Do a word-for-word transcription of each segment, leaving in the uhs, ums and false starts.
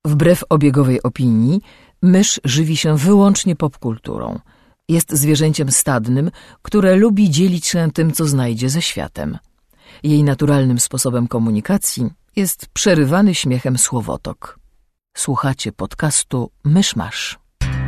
Wbrew obiegowej opinii, mysz żywi się wyłącznie popkulturą. Jest zwierzęciem stadnym, które lubi dzielić się tym, co znajdzie ze światem. Jej naturalnym sposobem komunikacji jest przerywany śmiechem słowotok. Słuchacie podcastu Mysz Masz.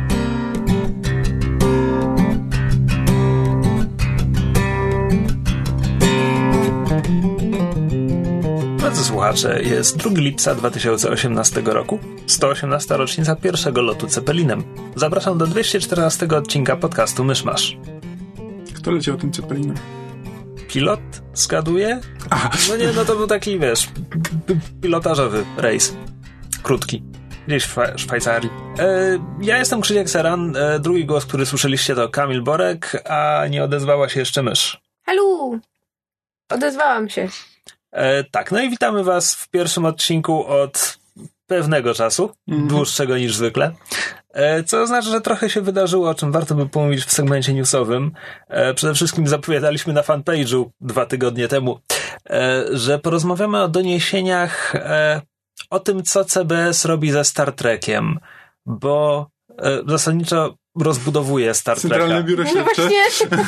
Drodzy słuchacze, jest drugiego lipca dwa tysiące osiemnastego roku, sto osiemnasta rocznica pierwszego lotu Zeppelinem. Zapraszam do dwieście czternastego odcinka podcastu Mysz Masz. Kto leciał tym Zeppelinem? Pilot zgaduje? No nie, no to był taki, wiesz, pilotażowy rejs. Krótki. Gdzieś w Szwajcarii. E, ja jestem Krzysiek Seran. E, drugi głos, który słyszeliście, to Kamil Borek, a nie odezwała się jeszcze mysz. Halo! Odezwałam się. E, tak, no i witamy was w pierwszym odcinku od pewnego czasu, mm. dłuższego niż zwykle, e, co oznacza, że trochę się wydarzyło, o czym warto by pomówić w segmencie newsowym. E, przede wszystkim zapowiadaliśmy na fanpage'u dwa tygodnie temu, e, że porozmawiamy o doniesieniach e, o tym, co C B S robi ze Star Trekiem, bo e, zasadniczo rozbudowuje Star Treka. Centralne Biuro Śledcze. No właśnie.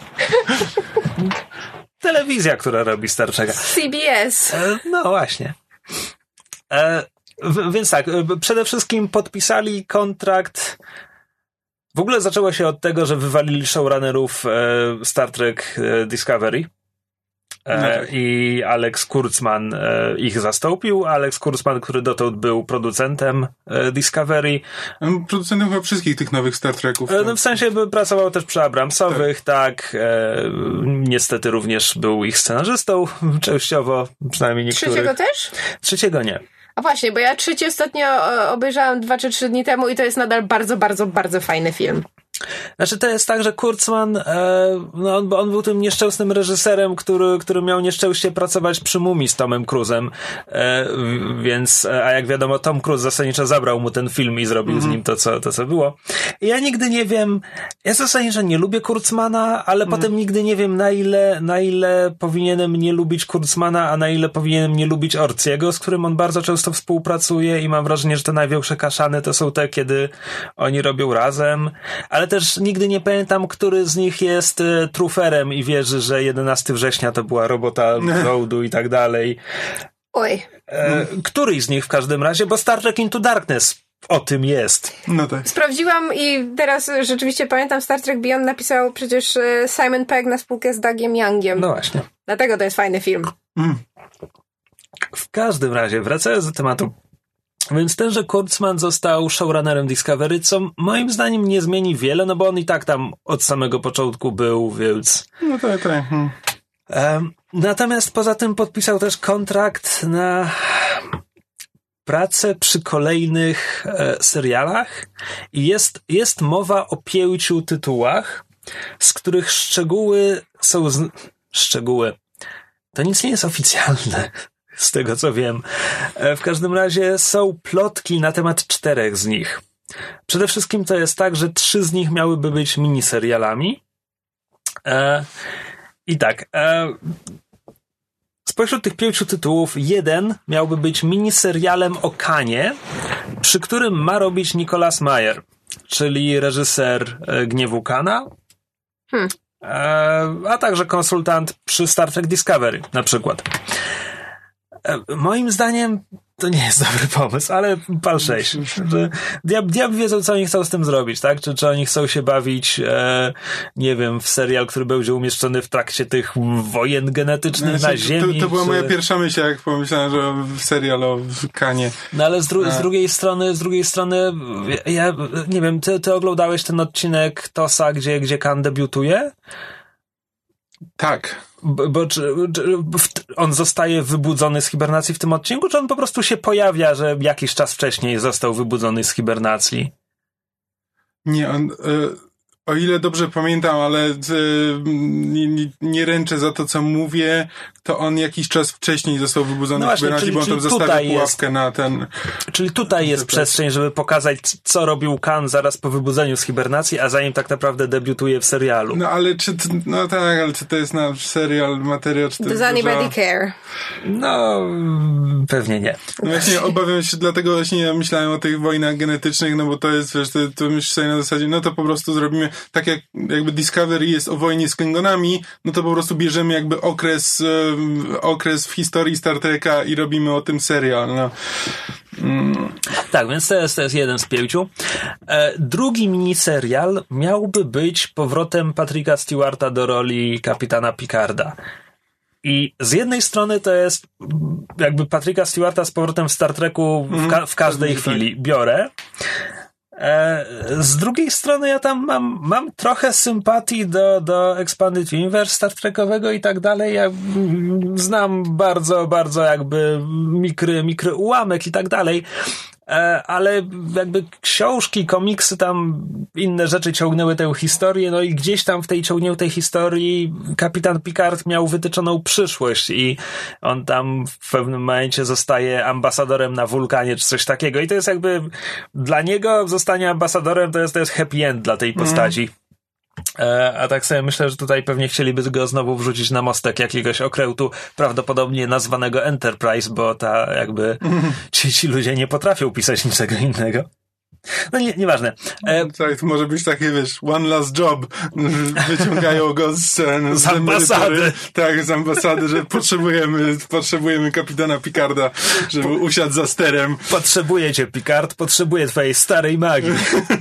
Telewizja, która robi Star Treka. C B S. E, no właśnie. E, w, więc tak, przede wszystkim podpisali kontrakt. W ogóle zaczęło się od tego, że wywalili showrunnerów e, Star Trek e, Discovery. E, no tak. I Alex Kurtzman e, ich zastąpił. Alex Kurtzman, który dotąd był producentem e, Discovery. Producentem chyba wszystkich tych nowych Star Treków. E, no w sensie by pracował też przy Abramsowych, tak. tak e, niestety również był ich scenarzystą, częściowo, przynajmniej niektórych. Trzeciego też? Trzeciego nie. A właśnie, bo ja trzeci ostatnio obejrzałem dwa czy trzy dni temu i to jest nadal bardzo, bardzo, bardzo fajny film. Znaczy to jest tak, że Kurtzman, e, no on, on był tym nieszczęsnym reżyserem, który, który miał nieszczęście pracować przy Mumii z Tomem Cruise'em, e, więc, a jak wiadomo, Tom Cruise zasadniczo zabrał mu ten film i zrobił mm. z nim to co, to, co było. I ja nigdy nie wiem, ja zasadniczo nie lubię Kurtzmana, ale mm. potem nigdy nie wiem, na ile, na ile powinienem nie lubić Kurtzmana, a na ile powinienem nie lubić Orciego, z którym on bardzo często współpracuje i mam wrażenie, że te największe kaszany to są te, kiedy oni robią razem, ale też nigdy nie pamiętam, który z nich jest e, truferem i wierzy, że jedenastego września to była robota Roadu i tak dalej. Oj. E, któryś z nich w każdym razie, bo Star Trek Into Darkness o tym jest. No tak. Sprawdziłam i teraz rzeczywiście pamiętam, Star Trek Beyond napisał przecież Simon Pegg na spółkę z Dougiem Youngiem. No właśnie. Dlatego to jest fajny film. Mm. W każdym razie, wracając do tematu. Więc tenże Kurtzman został showrunnerem Discovery, co moim zdaniem nie zmieni wiele, no bo on i tak tam od samego początku był, więc... No tak, tak. Hmm. Um, natomiast poza tym podpisał też kontrakt na pracę przy kolejnych e, serialach i jest, jest mowa o pięciu tytułach, z których szczegóły są... Z... Szczegóły. To nic nie jest oficjalne. Z tego co wiem. W każdym razie są plotki na temat czterech z nich. Przede wszystkim to jest tak, że trzy z nich miałyby być miniserialami. E, I tak. E, spośród tych pięciu tytułów jeden miałby być miniserialem o Kanie, przy którym ma robić Nicholas Meyer, czyli reżyser e, Gniewu Kana. Hmm. E, a także konsultant przy Star Trek Discovery na przykład. Moim zdaniem to nie jest dobry pomysł, ale pal sześć. Diab, diab wiedzą, co oni chcą z tym zrobić, tak? Czy, czy oni chcą się bawić, e, nie wiem, w serial, który będzie umieszczony w trakcie tych wojen genetycznych znaczy, na Ziemi. To, to była czy... moja pierwsza myśl, jak pomyślałem, że serial o Kanie. No ale z, dru- z drugiej strony, z drugiej strony, ja nie wiem, ty, ty oglądałeś ten odcinek Tosa, gdzie, gdzie Kan debiutuje? Tak. Bo, bo czy, czy on zostaje wybudzony z hibernacji w tym odcinku, czy on po prostu się pojawia, że jakiś czas wcześniej został wybudzony z hibernacji? Nie, on, y, o ile dobrze pamiętam, ale e, nie, nie, nie ręczę za to, co mówię, to on jakiś czas wcześniej został wybudzony no w hibernacji, bo on tam zostawił pułapkę jest, na ten... Czyli tutaj jest przestrzeń, żeby pokazać, co robił Khan zaraz po wybudzeniu z hibernacji, a zanim tak naprawdę debiutuje w serialu. No ale czy... No tak, ale czy to jest na serial, materiał, czy to Does jest anybody dużo... care? No, pewnie nie. No właśnie obawiam się, dlatego właśnie ja myślałem o tych wojnach genetycznych, no bo to jest, wiesz, to, to myślisz sobie na zasadzie, no to po prostu zrobimy, tak jak jakby Discovery jest o wojnie z Klingonami, no to po prostu bierzemy jakby okres, um, okres w historii Star Treka i robimy o tym serial, no. Mm. Tak, więc to jest, to jest jeden z pięciu. E, drugi miniserial miałby być powrotem Patricka Stewarta do roli kapitana Picarda. I z jednej strony to jest jakby Patricka Stewarta z powrotem w Star Treku w, ka- w każdej chwili biorę. E, z drugiej strony ja tam mam, mam trochę sympatii do, do Expanded Universe Star Trekowego i tak dalej. Ja znam bardzo, bardzo jakby mikry, mikry ułamek i tak dalej. Ale jakby książki, komiksy, tam inne rzeczy ciągnęły tę historię, no i gdzieś tam w tej ciągniętej historii kapitan Picard miał wytyczoną przyszłość i on tam w pewnym momencie zostaje ambasadorem na wulkanie czy coś takiego i to jest jakby dla niego zostanie ambasadorem to jest, to jest happy end dla tej postaci. Mm. A tak sobie myślę, że tutaj pewnie chcieliby go znowu wrzucić na mostek jakiegoś okrętu, prawdopodobnie nazwanego Enterprise, bo ta jakby ci, ci ludzie nie potrafią pisać niczego innego. No nie, nieważne. E... Tak, to może być takie, wiesz, one last job. Wyciągają go z, z, z ambasady. Tak, z ambasady, że potrzebujemy, potrzebujemy kapitana Picarda, żeby usiadł za sterem. Potrzebuję cię, Picard, potrzebuję twojej starej magii.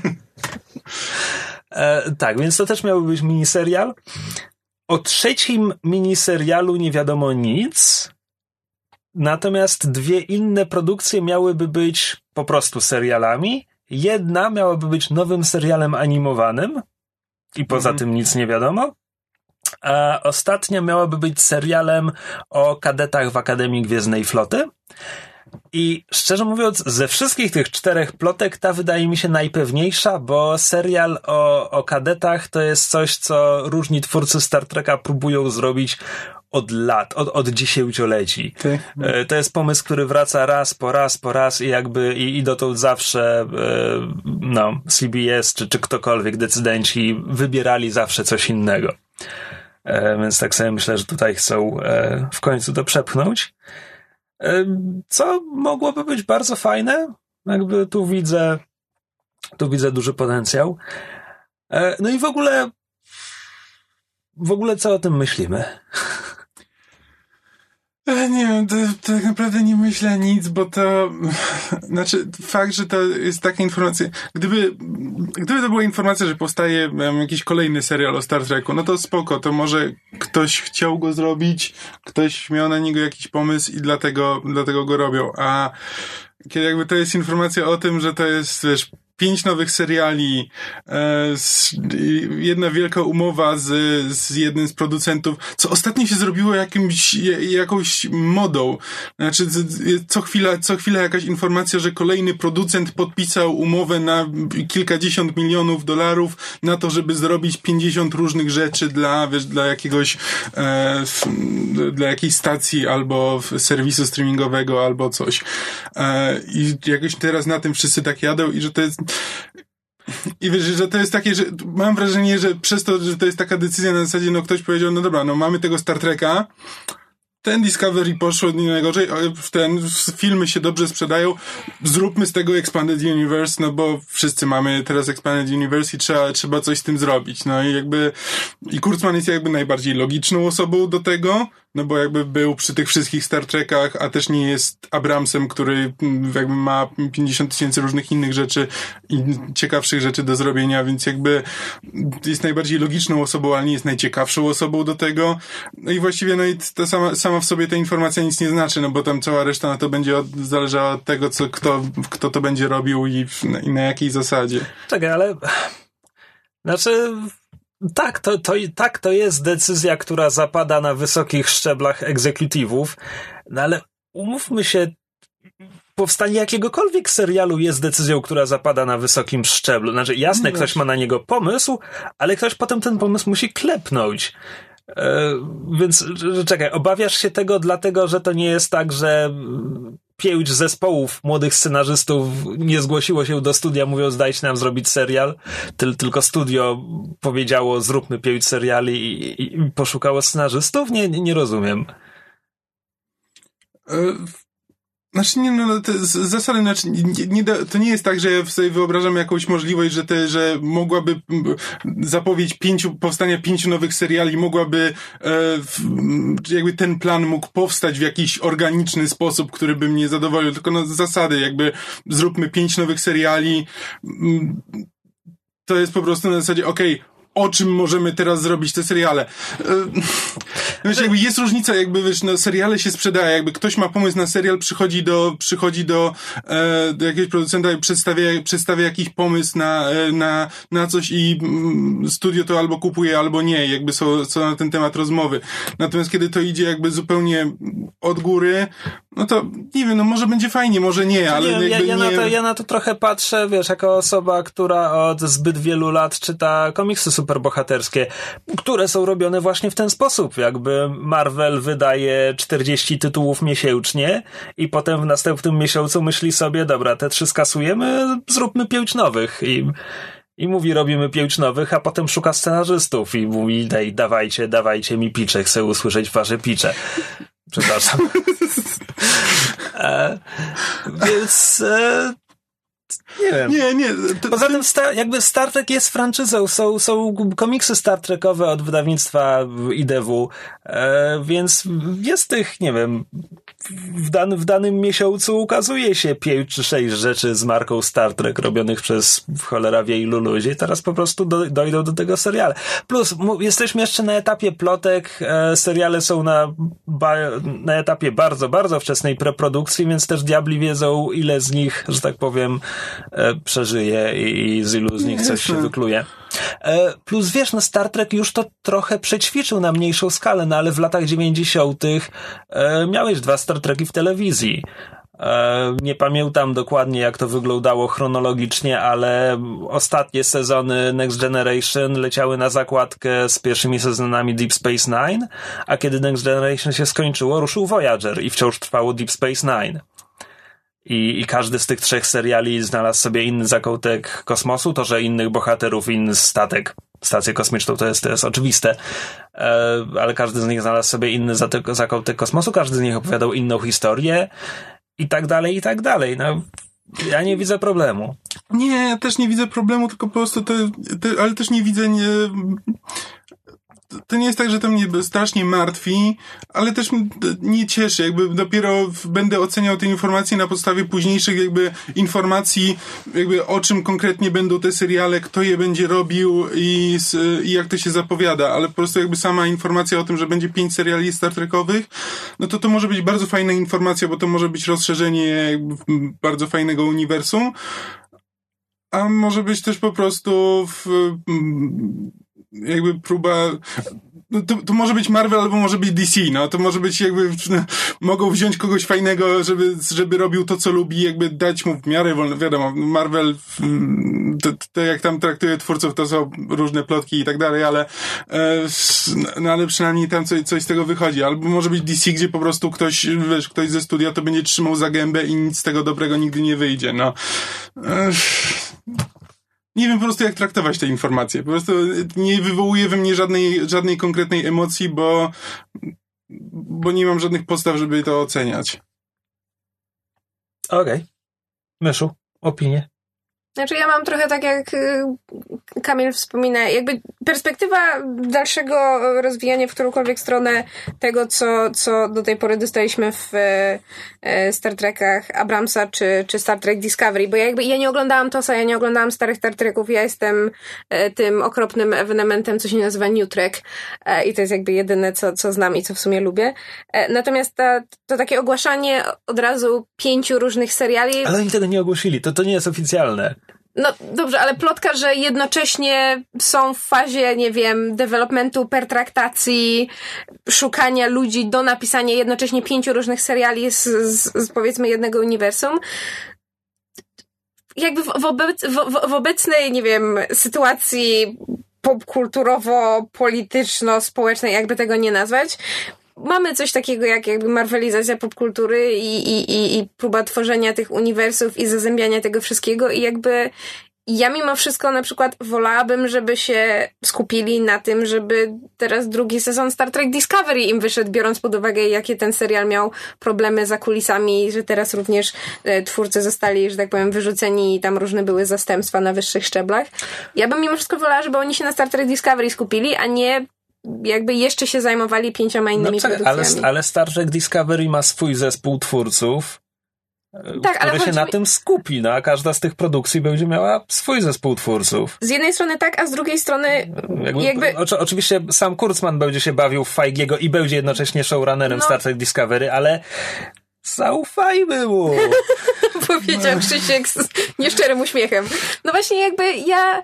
E, tak, więc to też miałby być miniserial. O trzecim miniserialu nie wiadomo nic. Natomiast dwie inne produkcje miałyby być po prostu serialami. Jedna miałaby być nowym serialem animowanym i poza mhm. tym nic nie wiadomo. A ostatnia miałaby być serialem o kadetach w Akademii Gwiezdnej Floty. I szczerze mówiąc, ze wszystkich tych czterech plotek ta wydaje mi się najpewniejsza, bo serial o, o kadetach to jest coś, co różni twórcy Star Treka próbują zrobić od lat, od, od dziesięcioleci. Okay. To jest pomysł, który wraca raz po raz po raz i jakby i, i dotąd zawsze no, C B S czy, czy ktokolwiek, decydenci wybierali zawsze coś innego. Więc tak sobie myślę, że tutaj chcą w końcu to przepchnąć. Co mogłoby być bardzo fajne. Jakby tu widzę tu widzę duży potencjał. No i w ogóle w ogóle co o tym myślimy? Nie wiem, to, to tak naprawdę nie myślę nic, bo to znaczy fakt, że to jest taka informacja, gdyby gdyby to była informacja, że powstaje um, jakiś kolejny serial o Star Treku, no to spoko, to może ktoś chciał go zrobić, ktoś miał na niego jakiś pomysł i dlatego, dlatego go robią, a kiedy jakby to jest informacja o tym, że to jest, wiesz, pięć nowych seriali, e, z, jedna wielka umowa z, z jednym z producentów, co ostatnio się zrobiło jakimś, jakąś modą. Znaczy, co chwila, co chwila jakaś informacja, że kolejny producent podpisał umowę na kilkadziesiąt milionów dolarów na to, żeby zrobić pięćdziesiąt różnych rzeczy dla, wiesz, dla jakiegoś, e, dla jakiejś stacji albo serwisu streamingowego albo coś. E, I jakoś teraz na tym wszyscy tak jadą i że to jest I wiesz, że to jest takie, że mam wrażenie, że przez to, że to jest taka decyzja na zasadzie, no ktoś powiedział, no dobra, no mamy tego Star Treka, ten Discovery poszło nie najgorzej, ten filmy się dobrze sprzedają, zróbmy z tego Expanded Universe, no bo wszyscy mamy teraz Expanded Universe i trzeba, trzeba coś z tym zrobić, no i jakby i Kurtzman jest jakby najbardziej logiczną osobą do tego, no bo jakby był przy tych wszystkich Star Trekach, a też nie jest Abramsem, który jakby ma pięćdziesiąt tysięcy różnych innych rzeczy i ciekawszych rzeczy do zrobienia, więc jakby jest najbardziej logiczną osobą, ale nie jest najciekawszą osobą do tego. No i właściwie no i ta sama, sama w sobie ta informacja nic nie znaczy, no bo tam cała reszta na to będzie od, zależała od tego, co, kto, kto to będzie robił i, i na jakiej zasadzie. Czekaj, ale znaczy Tak, to, to, tak, to jest decyzja, która zapada na wysokich szczeblach egzekutywów, no ale umówmy się, powstanie jakiegokolwiek serialu jest decyzją, która zapada na wysokim szczeblu. Znaczy, jasne, no ktoś ma na niego pomysł, ale ktoś potem ten pomysł musi klepnąć. E, więc czekaj, obawiasz się tego dlatego, że to nie jest tak, że pięć zespołów młodych scenarzystów nie zgłosiło się do studia, mówiąc dajcie nam zrobić serial, Tyl, tylko studio powiedziało zróbmy pięć seriali i, i, i poszukało scenarzystów? Nie, nie, nie rozumiem. Znaczy nie, no to z zasady, znaczy nie, nie da, to nie jest tak, że ja sobie wyobrażam jakąś możliwość, że te, że mogłaby zapowiedź pięciu, powstania pięciu nowych seriali mogłaby e, jakby ten plan mógł powstać w jakiś organiczny sposób, który by mnie zadowolił, tylko no z zasady jakby zróbmy pięć nowych seriali, to jest po prostu na zasadzie okej, okay, o czym możemy teraz zrobić te seriale. Wiesz, jakby jest różnica, jakby wiesz, no, seriale się sprzedaje, jakby ktoś ma pomysł na serial, przychodzi do, przychodzi do, e, do jakiegoś producenta i przedstawia, przedstawia jakiś pomysł na, e, na, na coś i mm, studio to albo kupuje, albo nie, jakby są, są na ten temat rozmowy. Natomiast kiedy to idzie jakby zupełnie od góry, no to nie wiem, no może będzie fajnie, może nie, ale nie, jakby ja, ja nie... Na to, ja na to trochę patrzę, wiesz, jako osoba, która od zbyt wielu lat czyta komiksy superbohaterskie, które są robione właśnie w ten sposób, jakby Marvel wydaje czterdzieści tytułów miesięcznie i potem w następnym miesiącu myśli sobie, dobra, te trzy skasujemy, zróbmy pięć nowych i, i mówi, robimy pięć nowych, a potem szuka scenarzystów i mówi, daj, dawajcie, dawajcie mi picze, chcę usłyszeć wasze picze. Przepraszam. e, więc e, nie wiem. Nie, nie. To, Poza tym sta- jakby Star Trek jest franczyzą, są, są komiksy Star Trekowe od wydawnictwa I D W, e, więc jest tych, nie wiem, w, dan- w danym miesiącu ukazuje się pięć czy sześć rzeczy z marką Star Trek robionych przez cholera wie ilu ludzi, teraz po prostu do- dojdą do tego seriale. Plus m- jesteśmy jeszcze na etapie plotek, e, seriale są na, ba- na etapie bardzo, bardzo wczesnej preprodukcji, więc też diabli wiedzą, ile z nich, że tak powiem, przeżyje i z ilu z nich coś się wykluje. Plus wiesz, no Star Trek już to trochę przećwiczył na mniejszą skalę, no ale w latach dziewięćdziesiątych miałeś dwa Star Treki w telewizji. Nie pamiętam dokładnie, jak to wyglądało chronologicznie, ale ostatnie sezony Next Generation leciały na zakładkę z pierwszymi sezonami Deep Space Nine, a kiedy Next Generation się skończyło, ruszył Voyager i wciąż trwało Deep Space Nine. I, I każdy z tych trzech seriali znalazł sobie inny zakątek kosmosu. To, że innych bohaterów, inny statek, stację kosmiczną, to jest, to jest oczywiste. E, ale każdy z nich znalazł sobie inny zatek, zakątek kosmosu, każdy z nich opowiadał inną historię i tak dalej, i tak dalej. No, ja nie widzę problemu. Nie, ja też nie widzę problemu, tylko po prostu to, to ale też nie widzę... Nie... To nie jest tak, że to mnie strasznie martwi, ale też nie cieszy. Jakby dopiero będę oceniał te informacje na podstawie późniejszych jakby informacji, jakby o czym konkretnie będą te seriale, kto je będzie robił i, i jak to się zapowiada. Ale po prostu jakby sama informacja o tym, że będzie pięć seriali Star Trekowych, no to to może być bardzo fajna informacja, bo to może być rozszerzenie jakby bardzo fajnego uniwersum. A może być też po prostu w... jakby próba, no to, to może być Marvel albo może być D C, no to może być jakby, no, mogą wziąć kogoś fajnego, żeby, żeby robił to, co lubi, jakby dać mu w miarę wolno, wiadomo, Marvel to, to jak tam traktuje twórców, to są różne plotki i tak dalej, ale e, no ale przynajmniej tam coś, coś z tego wychodzi, albo może być D C, gdzie po prostu ktoś, wiesz, ktoś ze studia to będzie trzymał za gębę i nic z tego dobrego nigdy nie wyjdzie, no. E, Nie wiem po prostu, jak traktować te informacje. Po prostu nie wywołuje we mnie żadnej, żadnej konkretnej emocji, bo, bo nie mam żadnych podstaw, żeby to oceniać. Okej. Okay. Myszu, opinie? Znaczy ja mam trochę tak jak Kamil wspomina, jakby perspektywa dalszego rozwijania w którąkolwiek stronę tego, co, co do tej pory dostaliśmy w Star Trekach Abramsa czy, czy Star Trek Discovery, bo ja jakby ja nie oglądałam TOS-a, ja nie oglądałam starych Star Treków, ja jestem tym okropnym ewenementem, co się nazywa New Trek i to jest jakby jedyne, co, co znam i co w sumie lubię. Natomiast ta, to takie ogłaszanie od razu pięciu różnych seriali... Ale oni tego nie ogłosili, to, to nie jest oficjalne. No dobrze, ale plotka, że jednocześnie są w fazie, nie wiem, developmentu, pertraktacji, szukania ludzi do napisania jednocześnie pięciu różnych seriali z, z, z powiedzmy jednego uniwersum. Jakby w, wobec, w, w obecnej, nie wiem, sytuacji popkulturowo-polityczno-społecznej, jakby tego nie nazwać, mamy coś takiego jak jakby marvelizacja popkultury i, i, i, i próba tworzenia tych uniwersów i zazębiania tego wszystkiego i jakby ja mimo wszystko na przykład wolałabym, żeby się skupili na tym, żeby teraz drugi sezon Star Trek Discovery im wyszedł, biorąc pod uwagę, jakie ten serial miał problemy za kulisami, że teraz również e, twórcy zostali, że tak powiem, wyrzuceni i tam różne były zastępstwa na wyższych szczeblach. Ja bym mimo wszystko wolała, żeby oni się na Star Trek Discovery skupili, a nie jakby jeszcze się zajmowali pięcioma innymi no, produkcjami. Ale, ale Star Trek Discovery ma swój zespół twórców, tak, który ale się na mi... tym skupi, no, a każda z tych produkcji będzie miała swój zespół twórców. Z jednej strony tak, a z drugiej strony jakby... jakby... O, oczywiście sam Kurtzman będzie się bawił w Feigiego i będzie jednocześnie showrunnerem no. Star Trek Discovery, ale zaufajmy mu! Powiedział Krzysiek z nieszczerym uśmiechem. No właśnie jakby ja...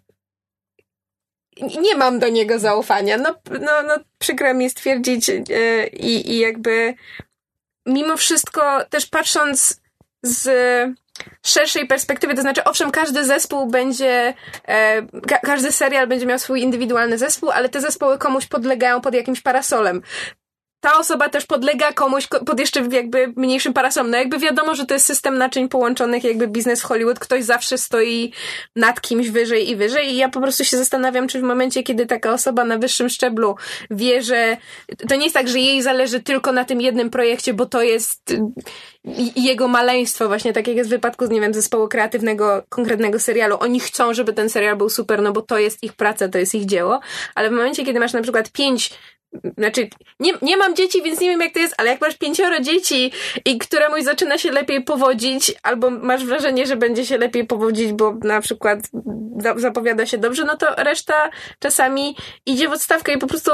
nie mam do niego zaufania. No, no, no przykro mi stwierdzić yy, i, i jakby mimo wszystko też patrząc z szerszej perspektywy, to znaczy owszem, każdy zespół będzie e, ka- każdy serial będzie miał swój indywidualny zespół, ale te zespoły komuś podlegają pod jakimś parasolem. Ta osoba też podlega komuś pod jeszcze jakby mniejszym parasolem. No jakby wiadomo, że to jest system naczyń połączonych, jakby biznes w Hollywood. Ktoś zawsze stoi nad kimś wyżej i wyżej i ja po prostu się zastanawiam, czy w momencie, kiedy taka osoba na wyższym szczeblu wie, że to nie jest tak, że jej zależy tylko na tym jednym projekcie, bo to jest jego maleństwo, właśnie tak jak jest w wypadku, nie wiem, zespołu kreatywnego, konkretnego serialu. Oni chcą, żeby ten serial był super, no bo to jest ich praca, to jest ich dzieło. Ale w momencie, kiedy masz na przykład pięć Znaczy, nie, nie mam dzieci, więc nie wiem jak to jest, ale jak masz pięcioro dzieci i któremuś zaczyna się lepiej powodzić, albo masz wrażenie, że będzie się lepiej powodzić, bo na przykład zapowiada się dobrze, no to reszta czasami idzie w odstawkę i po prostu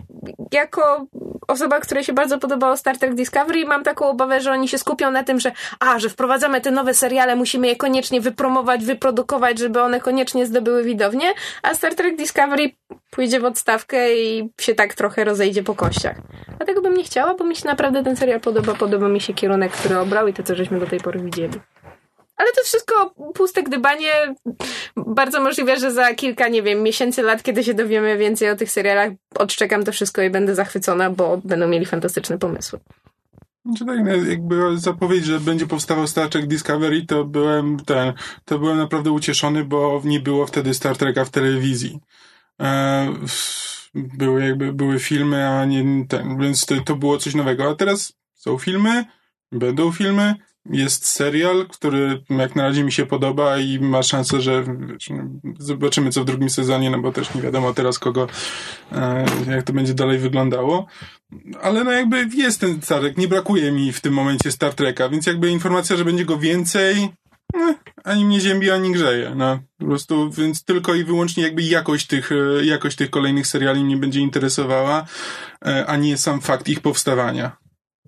jako osoba, której się bardzo podobało Star Trek Discovery, mam taką obawę, że oni się skupią na tym, że a, że wprowadzamy te nowe seriale, musimy je koniecznie wypromować, wyprodukować, żeby one koniecznie zdobyły widownię, a Star Trek Discovery pójdzie w odstawkę i się tak trochę rozejdzie po kościach. Dlatego bym nie chciała, bo mi się naprawdę ten serial podoba, podoba mi się kierunek, który obrał i to, co żeśmy do tej pory widzieli. Ale to wszystko puste gdybanie. Bardzo możliwe, że za kilka, nie wiem, miesięcy, lat, kiedy się dowiemy więcej o tych serialach, odczekam to wszystko i będę zachwycona, bo będą mieli fantastyczne pomysły. Znaczy tak, jak była zapowiedź, że będzie powstawał Star Trek Discovery, to byłem ten, to byłem naprawdę ucieszony, bo nie było wtedy Star Treka w telewizji. E, były jakby, były filmy, a nie ten, więc to, to było coś nowego. A teraz są filmy, będą filmy, jest serial, który jak na razie mi się podoba i ma szansę, że wiesz, zobaczymy co w drugim sezonie, no bo też nie wiadomo teraz kogo, e, jak to będzie dalej wyglądało. Ale no jakby jest ten Star Trek, nie brakuje mi w tym momencie Star Treka, więc jakby informacja, że będzie go więcej, no, ani mnie ziębi, ani grzeje. No, po prostu, więc tylko i wyłącznie jakby jakość tych, jakość tych kolejnych seriali mnie będzie interesowała, e, a nie sam fakt ich powstawania.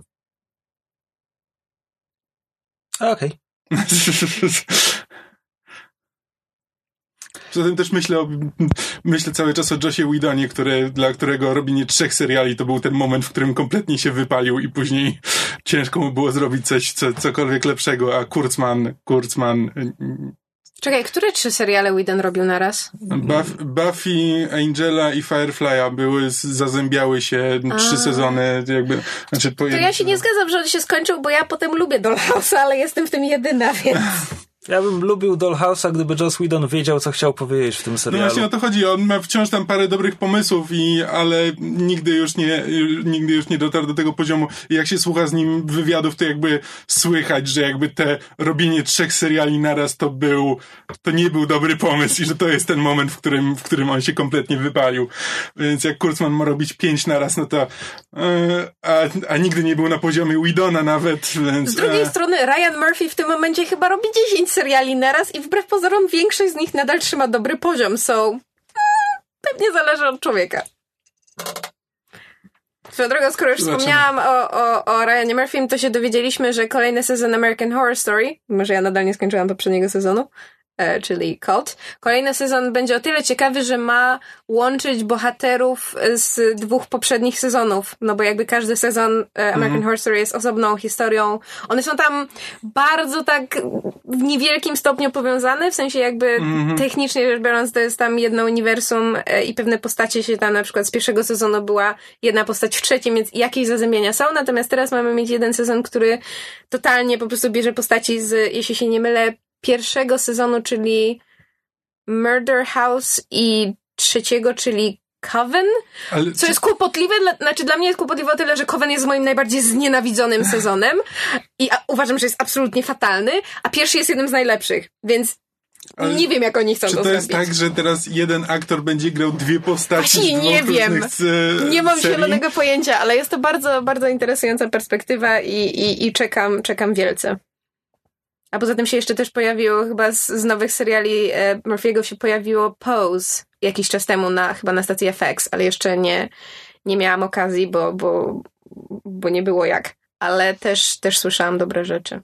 Okej. Okay. Poza tym też myślę o, myślę cały czas o Jossie Whedonie, który, dla którego robienie trzech seriali to był ten moment, w którym kompletnie się wypalił i później ciężko mu było zrobić coś, co, cokolwiek lepszego, a Kurtzman, Kurtzman... Czekaj, które trzy seriale Whedon robił naraz? Buff, Buffy, Angela i Firefly'a były, zazębiały się a. trzy sezony, jakby... Znaczy, to ja się nie zgadzam, że on się skończył, bo ja potem lubię Dollhouse'a, ale jestem w tym jedyna, więc... Ja bym lubił Dollhouse'a, gdyby Joss Whedon wiedział, co chciał powiedzieć w tym serialu. No właśnie o to chodzi. On ma wciąż tam parę dobrych pomysłów, i, ale nigdy już nie, nigdy już nie dotarł do tego poziomu. I jak się słucha z nim wywiadów, to jakby słychać, że jakby te robienie trzech seriali naraz to był, to nie był dobry pomysł i że to jest ten moment, w którym, w którym on się kompletnie wypalił. Więc jak Kurtzman ma robić pięć naraz, no to yy, a, a nigdy nie był na poziomie Whedona nawet, więc... Z drugiej e... strony Ryan Murphy w tym momencie chyba robi dziesięć seriali naraz i wbrew pozorom większość z nich nadal trzyma dobry poziom, so hmm, pewnie zależy od człowieka. Swoją drogą, skoro już Zobaczymy. wspomniałam o, o, o Ryanie Murphym, to się dowiedzieliśmy, że kolejny sezon American Horror Story, mimo że ja nadal nie skończyłam poprzedniego sezonu, czyli Cult. Kolejny sezon będzie o tyle ciekawy, że ma łączyć bohaterów z dwóch poprzednich sezonów, no bo jakby każdy sezon American mm. Horror Story jest osobną historią. One są tam bardzo tak w niewielkim stopniu powiązane, w sensie jakby mm. technicznie rzecz biorąc to jest tam jedno uniwersum i pewne postacie się tam na przykład z pierwszego sezonu była jedna postać w trzecim, więc jakieś zazębienia są, natomiast teraz mamy mieć jeden sezon, który totalnie po prostu bierze postaci z, jeśli się nie mylę, pierwszego sezonu, czyli Murder House i trzeciego, czyli Coven, ale co czy... jest kłopotliwe, dla, znaczy dla mnie jest kłopotliwe o tyle, że Coven jest moim najbardziej znienawidzonym sezonem i a, uważam, że jest absolutnie fatalny, a pierwszy jest jednym z najlepszych, więc ale nie wiem, jak oni chcą to zrobić. Czy to jest tak, że teraz jeden aktor będzie grał dwie postaci Właśnie z nie wiem. Z, nie mam serii? zielonego pojęcia, ale jest to bardzo, bardzo interesująca perspektywa i, i, i czekam, czekam wielce. A poza tym się jeszcze też pojawiło, chyba z, z nowych seriali e, Murphy'ego się pojawiło Pose jakiś czas temu na, chyba na stacji F X, ale jeszcze nie, nie miałam okazji, bo, bo, bo nie było jak. Ale też, też słyszałam dobre rzeczy.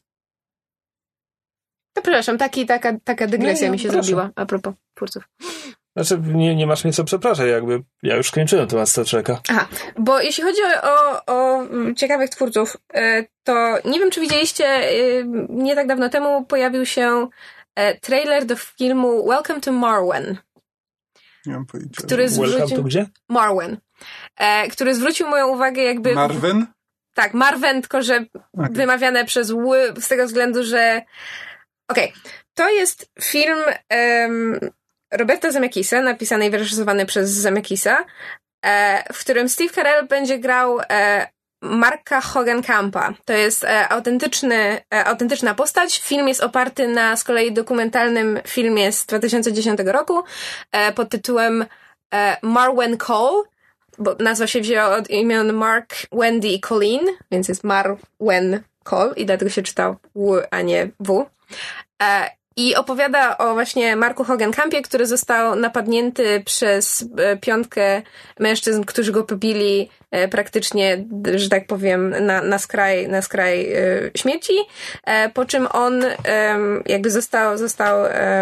To przepraszam, taki, taka, taka dygresja nie, mi się proszę. zrobiła a propos twórców. Znaczy, nie, nie masz mnie co przepraszać, jakby ja już skończyłem temat Star Treka. Aha, bo jeśli chodzi o, o, o ciekawych twórców, to nie wiem, czy widzieliście, nie tak dawno temu pojawił się trailer do filmu Welcome to Marwen. Nie mam pojęcia. Który zwrócił... Welcome to gdzie? Marwen. Który zwrócił moją uwagę jakby... Marwen? Tak, Marwen, tylko że okay. wymawiane przez ły, z tego względu, że... Okej, okay. To jest film... Um, Roberta Zemeckisa, napisany i wyreżyserowany przez Zemeckisa, e, w którym Steve Carell będzie grał e, Marka Hogenkampa. To jest e, autentyczny, e, autentyczna postać. Film jest oparty na z kolei dokumentalnym filmie z dwa tysiące dziesiątego roku e, pod tytułem e, Marwen Cole, bo nazwa się wzięła od imion Mark, Wendy i Colleen, więc jest Marwen Cole i dlatego się czytał W, a nie W. E, I opowiada o właśnie Marku Hogenkampie, który został napadnięty przez piątkę mężczyzn, którzy go pobili praktycznie, że tak powiem, na, na skraj, na skraj śmierci, po czym on jakby został, został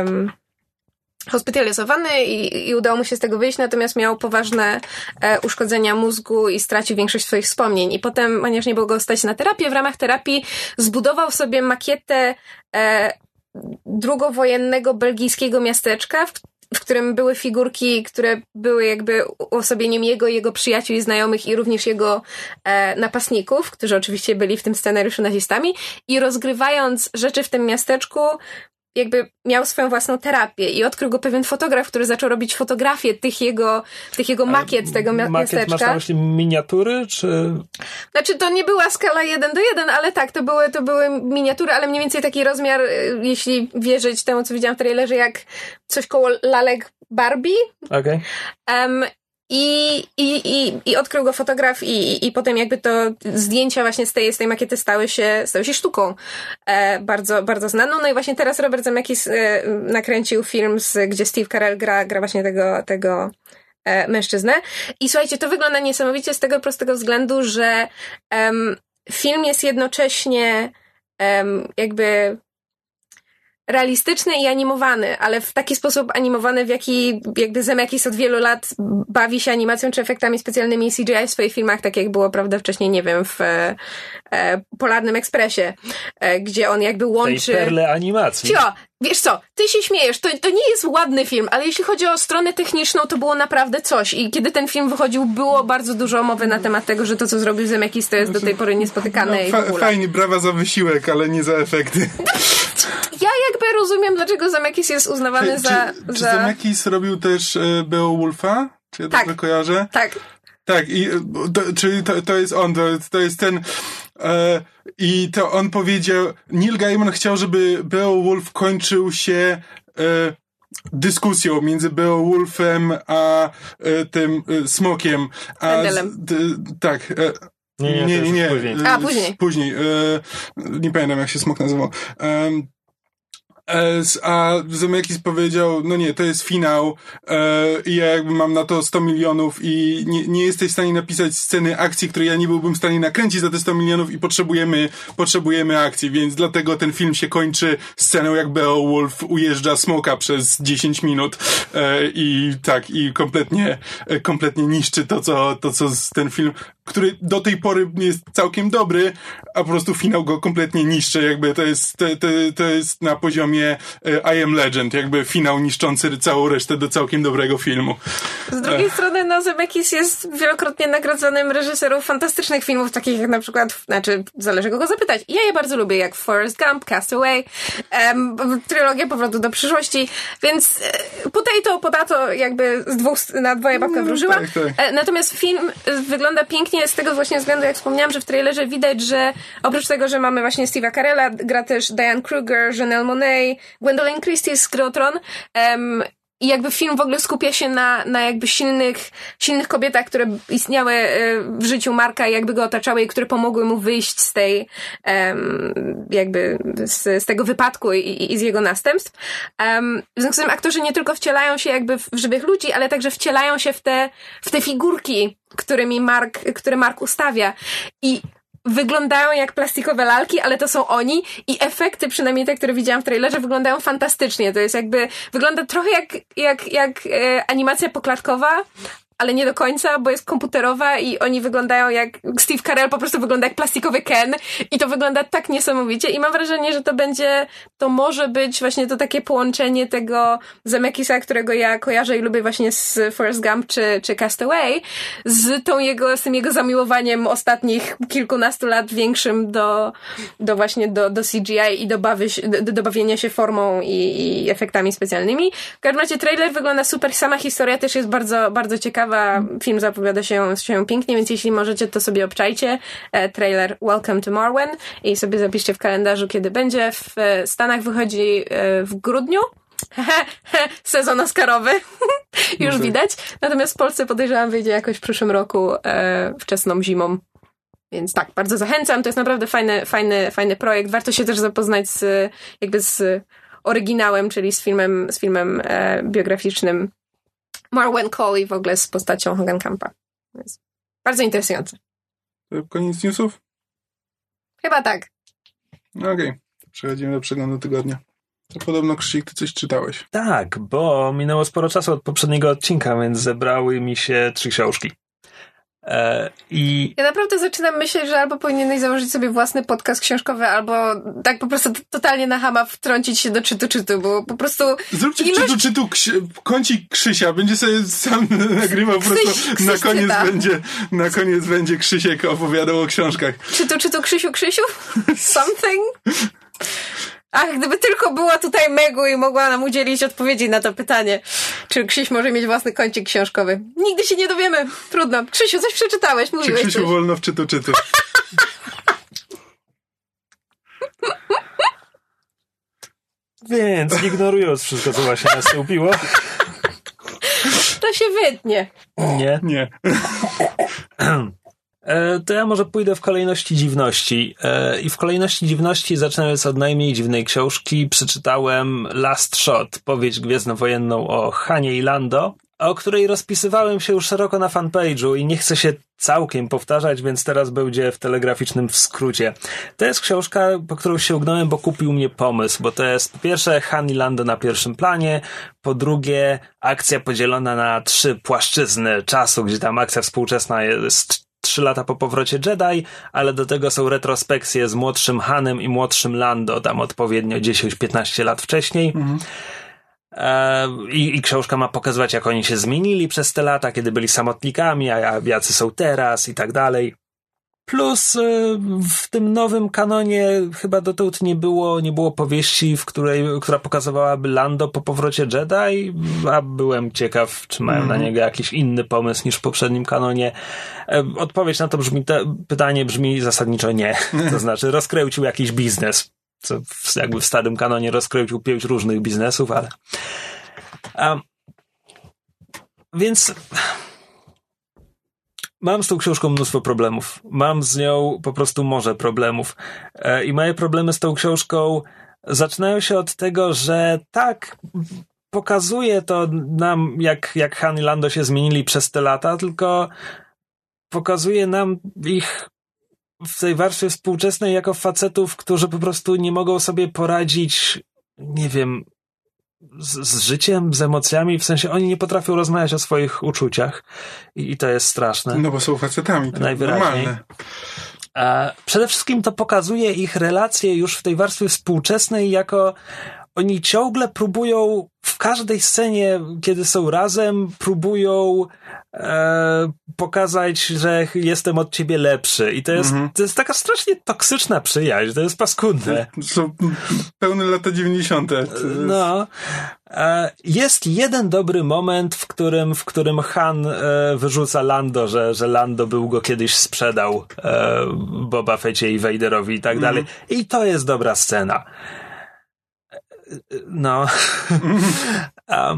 hospitalizowany i, i udało mu się z tego wyjść, natomiast miał poważne e, uszkodzenia mózgu i stracił większość swoich wspomnień. I potem, ponieważ nie było go stać na terapię, w ramach terapii zbudował sobie makietę e, drugowojennego belgijskiego miasteczka, w, w którym były figurki, które były jakby uosobieniem jego, jego przyjaciół i znajomych i również jego e, napastników, którzy oczywiście byli w tym scenariuszu nazistami. I rozgrywając rzeczy w tym miasteczku, jakby miał swoją własną terapię i odkrył go pewien fotograf, który zaczął robić fotografię tych jego, tych jego makiet, ale tego mia- makiet miasteczka. Masz na myśli miniatury, czy... Znaczy, to nie była skala jeden do jeden, ale tak, to były, to były miniatury, ale mniej więcej taki rozmiar, jeśli wierzyć temu, co widziałam w trailerze, jak coś koło lalek Barbie. Okej. Okay. Um, I, i, i, i odkrył go fotograf i, i, i potem jakby to zdjęcia właśnie z tej, z tej makiety stały się, stały się sztuką e, bardzo, bardzo znaną. No i właśnie teraz Robert Zemeckis e, nakręcił film, z, gdzie Steve Carell gra, gra właśnie tego, tego e, mężczyznę. I słuchajcie, to wygląda niesamowicie z tego prostego względu, że em, film jest jednocześnie em, jakby realistyczny i animowany, ale w taki sposób animowany, w jaki jakby Zemeckis od wielu lat bawi się animacją czy efektami specjalnymi C G I w swoich filmach, tak jak było, prawda, wcześniej, nie wiem, w e, Polarnym Ekspresie, e, gdzie on jakby łączy... Tej perle animacji. Cio, wiesz co, ty się śmiejesz, to, to nie jest ładny film, ale jeśli chodzi o stronę techniczną, to było naprawdę coś i kiedy ten film wychodził, było bardzo dużo mowy na temat tego, że to, co zrobił Zemeckis, to jest do tej pory niespotykane. No, fa- i w ogóle. Fajnie, brawa za wysiłek, ale nie za efekty. Ja jakby rozumiem, dlaczego Zemeckis jest uznawany Hej, za... Czy, czy za... Zemeckis robił też e, Beowulfa? Czy ja tak. dobrze kojarzę? Tak. Tak, i to, czyli to, to jest on, to, to jest ten... E, I to on powiedział... Neil Gaiman chciał, żeby Beowulf kończył się... E, dyskusją między Beowulfem a e, tym e, smokiem. A z, d, tak. E, nie, nie, nie. nie. Później. A, później. Później. E, nie pamiętam, jak się smok nazywał. E, A Zemeckis powiedział, no nie, to jest finał i ja jakby mam na to sto milionów i nie, nie jesteś w stanie napisać sceny akcji, której ja nie byłbym w stanie nakręcić za te sto milionów i potrzebujemy, potrzebujemy akcji, więc dlatego ten film się kończy sceną, jak Beowulf ujeżdża smoka przez dziesięć minut i tak, i kompletnie, kompletnie niszczy to, co, to, co ten film, który do tej pory jest całkiem dobry, a po prostu finał go kompletnie niszczy, jakby to jest, to, to, to jest na poziomie I Am Legend, jakby finał niszczący całą resztę do całkiem dobrego filmu. Z drugiej Ech. strony, no, Zemeckis jest wielokrotnie nagradzanym reżyserem fantastycznych filmów, takich jak na przykład, znaczy, zależy kogo zapytać. Ja je bardzo lubię, jak Forrest Gump, Castaway, um, trylogia Powrotu do przyszłości, więc potato, potato, jakby z dwóch, na dwoje babka no, wróżyła. Tak, tak. Natomiast film wygląda pięknie z tego właśnie względu, jak wspomniałam, że w trailerze widać, że oprócz tego, że mamy właśnie Steve'a Carella, gra też Diane Kruger, Janelle Monáe, Gwendolyn Christie z Gry o Tron. Um, I jakby film w ogóle skupia się na, na jakby silnych, silnych kobietach, które istniały w życiu Marka i jakby go otaczały i które pomogły mu wyjść z tej, um, jakby z, z tego wypadku i, i z jego następstw. Um, w związku z tym aktorzy nie tylko wcielają się jakby w żywych ludzi, ale także wcielają się w te, w te figurki, którymi Mark, które Mark ustawia. I wyglądają jak plastikowe lalki, ale to są oni i efekty, przynajmniej te, które widziałam w trailerze, wyglądają fantastycznie. To jest jakby, wygląda trochę jak, jak, jak e, animacja poklatkowa, ale nie do końca, bo jest komputerowa i oni wyglądają jak, Steve Carell po prostu wygląda jak plastikowy Ken i to wygląda tak niesamowicie i mam wrażenie, że to będzie, to może być właśnie to takie połączenie tego Zemeckisa, którego ja kojarzę i lubię właśnie z Forrest Gump czy, czy Castaway, z tą jego, z tym jego zamiłowaniem ostatnich kilkunastu lat większym do, do właśnie do, do C G I i do, bawy, do, do bawienia się formą i, i efektami specjalnymi. W każdym razie trailer wygląda super, sama historia też jest bardzo, bardzo ciekawa. Film zapowiada się, się pięknie, więc jeśli możecie, to sobie obczajcie e, trailer Welcome to Marwen i sobie zapiszcie w kalendarzu, kiedy będzie. W e, Stanach wychodzi e, w grudniu. Sezon oscarowy. Już widać. Natomiast w Polsce podejrzewam wyjdzie jakoś w przyszłym roku e, wczesną zimą. Więc tak, bardzo zachęcam. To jest naprawdę fajny, fajny, fajny projekt. Warto się też zapoznać z jakby z oryginałem, czyli z filmem, z filmem e, biograficznym Marwen Cole i w ogóle z postacią Hagenkampa. Jest bardzo interesujące. Koniec newsów? Chyba tak. No okej, okay. Przechodzimy do przeglądu tygodnia. To podobno, Krzysiek, ty coś czytałeś. Tak, bo minęło sporo czasu od poprzedniego odcinka, więc zebrały mi się trzy książki. E, i... Ja naprawdę zaczynam myśleć, że albo powinieneś założyć sobie własny podcast książkowy, albo tak po prostu totalnie na chama wtrącić się do czytu czytu, bo po prostu... Zróbcie ilość... czytu czytu ksi- kącik Krzysia, będzie sobie sam nagrywał, po prostu Krzyś, Krzyś na koniec czyta. będzie na koniec będzie Krzysiek opowiadał o książkach. Czytu czytu Krzysiu Krzysiu? Something? Ach, gdyby tylko była tutaj Megu i mogła nam udzielić odpowiedzi na to pytanie. Czy Krzyś może mieć własny kącik książkowy? Nigdy się nie dowiemy. Trudno. Krzysiu, coś przeczytałeś, mówiłeś. Czy Krzysiu coś. wolno w czytu czytu? Więc ignorując wszystko, co właśnie nastąpiło. To się wytnie. Nie. Nie. To ja może pójdę w kolejności dziwności. I w kolejności dziwności, zaczynając od najmniej dziwnej książki, przeczytałem Last Shot, powieść gwiezdnowojenną o Hanie i Lando, o której rozpisywałem się już szeroko na fanpage'u i nie chcę się całkiem powtarzać, więc teraz będzie w telegraficznym skrócie. To jest książka, po którą sięgnąłem, bo kupił mnie pomysł, bo to jest po pierwsze Han i Lando na pierwszym planie, po drugie akcja podzielona na trzy płaszczyzny czasu, gdzie tam akcja współczesna jest trzy lata po powrocie Jedi, ale do tego są retrospekcje z młodszym Hanem i młodszym Lando, tam odpowiednio dziesięć piętnaście lat wcześniej. Mhm. I, I książka ma pokazywać, jak oni się zmienili przez te lata, kiedy byli samotnikami, a jacy są teraz i tak dalej. Plus w tym nowym kanonie chyba dotąd nie było, nie było powieści, w której, która pokazywałaby Lando po powrocie Jedi, a byłem ciekaw, czy mają mm. na niego jakiś inny pomysł niż w poprzednim kanonie. Odpowiedź na to brzmi, te, pytanie brzmi zasadniczo nie. To znaczy rozkręcił jakiś biznes, co w, jakby w starym kanonie rozkręcił pięć różnych biznesów, ale... A, więc... Mam z tą książką mnóstwo problemów. Mam z nią po prostu morze problemów. E, I moje problemy z tą książką zaczynają się od tego, że tak, pokazuje to nam, jak, jak Han i Lando się zmienili przez te lata, tylko pokazuje nam ich w tej warstwie współczesnej jako facetów, którzy po prostu nie mogą sobie poradzić, nie wiem, z, z życiem, z emocjami, w sensie oni nie potrafią rozmawiać o swoich uczuciach i, i to jest straszne. No bo są facetami, to najwyraźniej. Normalne. A przede wszystkim to pokazuje ich relacje już w tej warstwie współczesnej jako oni ciągle próbują w każdej scenie, kiedy są razem, próbują e, pokazać, że jestem od ciebie lepszy. I to jest, mm-hmm. to jest taka strasznie toksyczna przyjaźń. To jest paskudne. To są pełne lata dziewięćdziesiąte. No. E, jest jeden dobry moment, w którym, w którym Han e, wyrzuca Lando, że, że Lando był go kiedyś sprzedał e, Boba Fetcie i Vaderowi i tak dalej. Mm-hmm. I to jest dobra scena. No. um,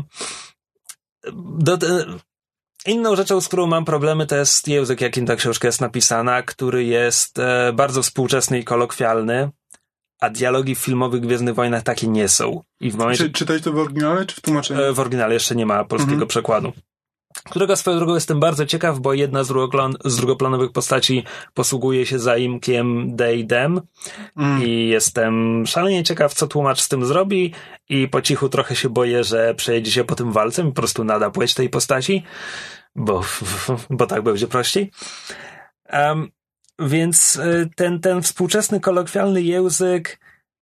do, do, inną rzeczą, z którą mam problemy, to jest język, jakim ta książka jest napisana, który jest e, bardzo współczesny i kolokwialny, a dialogi w filmowych Gwiezdnych Wojnach takie nie są. I w momencie, czy czytać to w oryginale, czy w tłumaczeniu? E, w oryginale jeszcze nie ma polskiego mhm. przekładu. Którego swoją drogą jestem bardzo ciekaw, bo jedna z, drugoplan- z drugoplanowych postaci posługuje się zaimkiem they, them mm. i jestem szalenie ciekaw, co tłumacz z tym zrobi i po cichu trochę się boję, że przejedzie się po tym walcem i po prostu nada płeć tej postaci, bo, bo tak będzie prościej. Um, więc ten, ten współczesny kolokwialny język,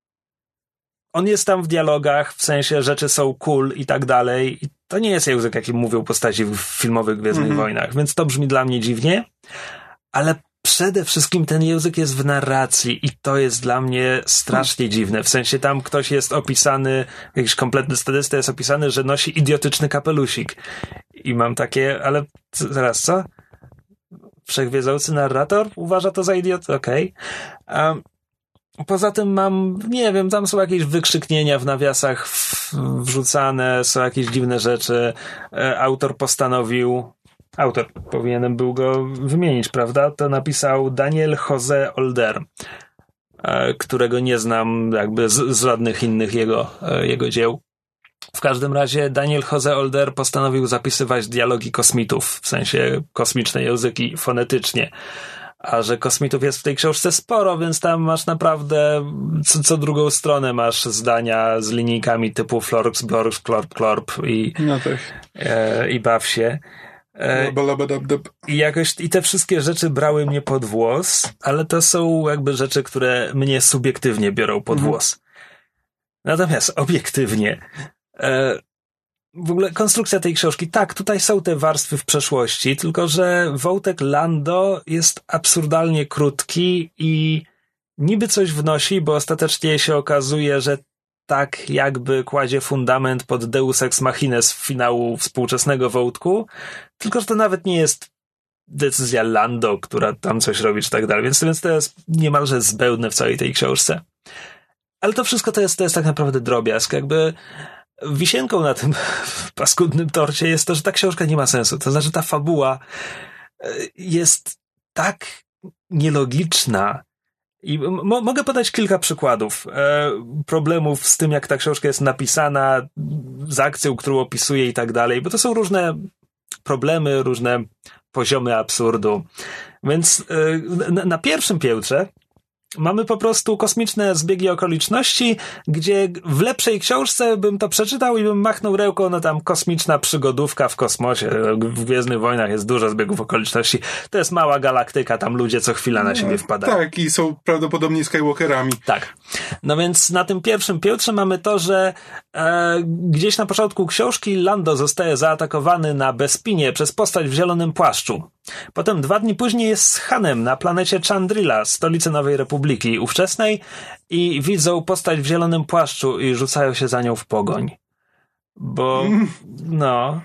on jest tam w dialogach, w sensie rzeczy są cool i tak dalej. I to nie jest język, jakim mówią postaci w filmowych Gwiezdnych mm-hmm. Wojnach, więc to brzmi dla mnie dziwnie, ale przede wszystkim ten język jest w narracji i to jest dla mnie strasznie dziwne. W sensie tam ktoś jest opisany, jakiś kompletny stadysta jest opisany, że nosi idiotyczny kapelusik. I mam takie, ale zaraz, co? Wszechwiedzący narrator uważa to za idiot? Okej. Okay. Um, Poza tym mam, nie wiem, tam są jakieś wykrzyknienia w nawiasach w, wrzucane, są jakieś dziwne rzeczy. E, autor postanowił, autor, powinienem był go wymienić, prawda? To napisał Daniel Jose Older, e, którego nie znam jakby z, z żadnych innych jego, e, jego dzieł. W każdym razie Daniel Jose Older postanowił zapisywać dialogi kosmitów, w sensie kosmiczne języki fonetycznie. A że kosmitów jest w tej książce sporo, więc tam masz naprawdę co, co drugą stronę masz zdania z linijkami typu florks, blorks, klorp, klorp i, no tak. e, i baw się. E, I jakoś i te wszystkie rzeczy brały mnie pod włos, ale to są jakby rzeczy, które mnie subiektywnie biorą pod mhm. włos. Natomiast obiektywnie e, w ogóle konstrukcja tej książki, tak, tutaj są te warstwy w przeszłości, tylko że wątek Lando jest absurdalnie krótki i niby coś wnosi, bo ostatecznie się okazuje, że tak jakby kładzie fundament pod Deus Ex Machina z finału współczesnego wątku, tylko że to nawet nie jest decyzja Lando, która tam coś robi, czy tak dalej, więc, więc to jest niemalże zbędne w całej tej książce. Ale to wszystko to jest, to jest tak naprawdę drobiazg, jakby wisienką na tym paskudnym torcie jest to, że ta książka nie ma sensu. To znaczy ta fabuła jest tak nielogiczna. I mo- mogę podać kilka przykładów e, problemów z tym, jak ta książka jest napisana, z akcją, którą opisuje i tak dalej, bo to są różne problemy, różne poziomy absurdu. Więc e, na, na pierwszym piętrze mamy po prostu kosmiczne zbiegi okoliczności, gdzie w lepszej książce bym to przeczytał i bym machnął ręką, no tam kosmiczna przygodówka w kosmosie. W Gwiezdnych Wojnach jest dużo zbiegów okoliczności. To jest mała galaktyka, tam ludzie co chwila na siebie wpadają. Tak, i są prawdopodobnie Skywalkerami. Tak. No więc na tym pierwszym piętrze mamy to, że e, gdzieś na początku książki Lando zostaje zaatakowany na Bespinie przez postać w zielonym płaszczu. Potem dwa dni później jest z Hanem na planecie Chandrila, stolicy Nowej Republiki ówczesnej, i widzą postać w zielonym płaszczu i rzucają się za nią w pogoń. Bo, no...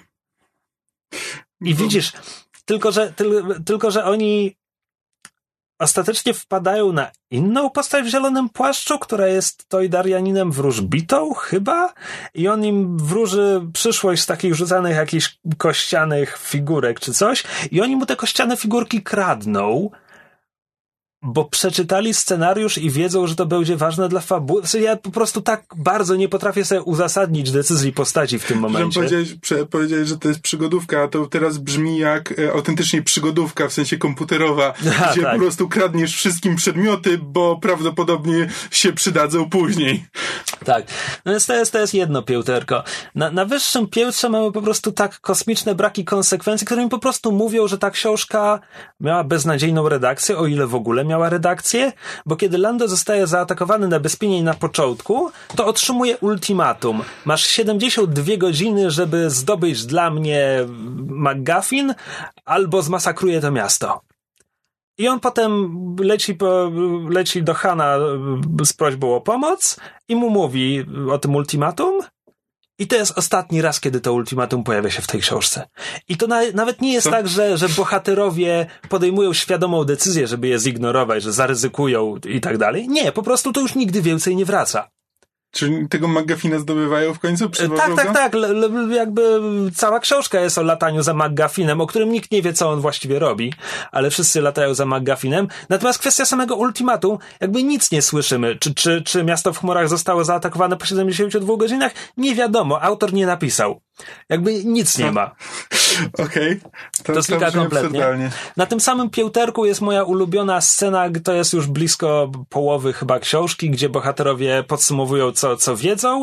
I widzisz, tylko że, ty, tylko, że oni ostatecznie wpadają na inną postać w zielonym płaszczu, która jest Toydarianinem wróżbitą, chyba? I on im wróży przyszłość z takich rzucanych jakichś kościanych figurek czy coś. I oni mu te kościane figurki kradną. bo przeczytali scenariusz i wiedzą, że to będzie ważne dla fabuły. Ja po prostu tak bardzo nie potrafię sobie uzasadnić decyzji postaci w tym momencie. Powiedziałeś, prze, powiedziałeś, że to jest przygodówka, a to teraz brzmi jak e, autentycznie przygodówka, w sensie komputerowa, a, gdzie tak. po prostu kradniesz wszystkim przedmioty, bo prawdopodobnie się przydadzą później. Tak. No więc to jest, to jest jedno pięterko. Na, na wyższym piętrze mamy po prostu tak kosmiczne braki konsekwencji, które mi po prostu mówią, że ta książka miała beznadziejną redakcję, o ile w ogóle miała redakcję, bo kiedy Lando zostaje zaatakowany na bezpienie na początku, to otrzymuje ultimatum. Masz siedemdziesiąt dwie godziny, żeby zdobyć dla mnie MacGuffin, albo zmasakruję to miasto. I on potem leci, po, leci do Hana z prośbą o pomoc i mu mówi o tym ultimatum. I to jest ostatni raz, kiedy to ultimatum pojawia się w tej książce. I to na, nawet nie jest Co? tak, że, że bohaterowie podejmują świadomą decyzję, żeby je zignorować, że zaryzykują i tak dalej. Nie, po prostu to już nigdy więcej nie wraca. Czy tego MacGuffina zdobywają w końcu? Tak, tak, tak. L- l- jakby cała książka jest o lataniu za MacGuffinem, o którym nikt nie wie, co on właściwie robi, ale wszyscy latają za MacGuffinem. Natomiast kwestia samego ultimatum, jakby nic nie słyszymy. Czy, czy, czy miasto w chmurach zostało zaatakowane po siedemdziesięciu dwóch godzinach? Nie wiadomo. Autor nie napisał. Jakby nic nie ma. Okej. Okay. To, to znika kompletnie. Na tym samym pięterku jest moja ulubiona scena, to jest już blisko połowy chyba książki, gdzie bohaterowie podsumowują, co, co wiedzą.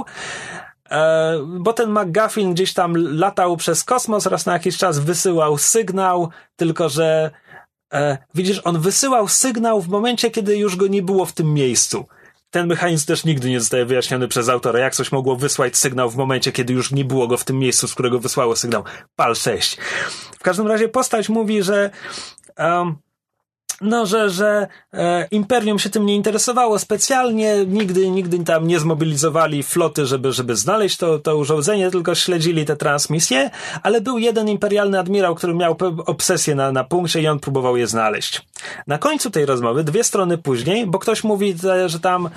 E, bo ten MacGuffin gdzieś tam latał przez kosmos, raz na jakiś czas wysyłał sygnał, tylko że e, widzisz, on wysyłał sygnał w momencie, kiedy już go nie było w tym miejscu. Ten mechanizm też nigdy nie zostaje wyjaśniony przez autora, jak coś mogło wysłać sygnał w momencie, kiedy już nie było go w tym miejscu, z którego wysłało sygnał. Pal sześć. W każdym razie postać mówi, że um, no, że, że e, Imperium się tym nie interesowało specjalnie, nigdy, nigdy tam nie zmobilizowali floty, żeby, żeby znaleźć to, to urządzenie, tylko śledzili te transmisje, ale był jeden imperialny admirał, który miał obsesję na, na punkcie i on próbował je znaleźć. Na końcu tej rozmowy, dwie strony później, bo ktoś mówi, że tam,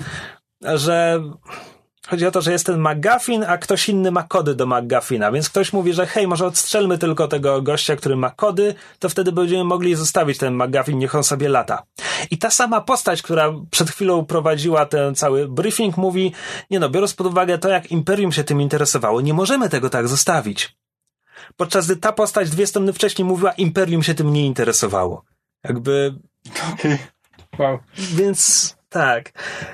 że chodzi o to, że jest ten MacGuffin, a ktoś inny ma kody do MacGuffina, więc ktoś mówi, że hej, może odstrzelmy tylko tego gościa, który ma kody, to wtedy będziemy mogli zostawić ten MacGuffin, niech on sobie lata. I ta sama postać, która przed chwilą prowadziła ten cały briefing, mówi, nie no, biorąc pod uwagę to, jak Imperium się tym interesowało, nie możemy tego tak zostawić. Podczas gdy ta postać dwie strony wcześniej mówiła, Imperium się tym nie interesowało. Jakby... Okej. Okay. Wow. Więc tak.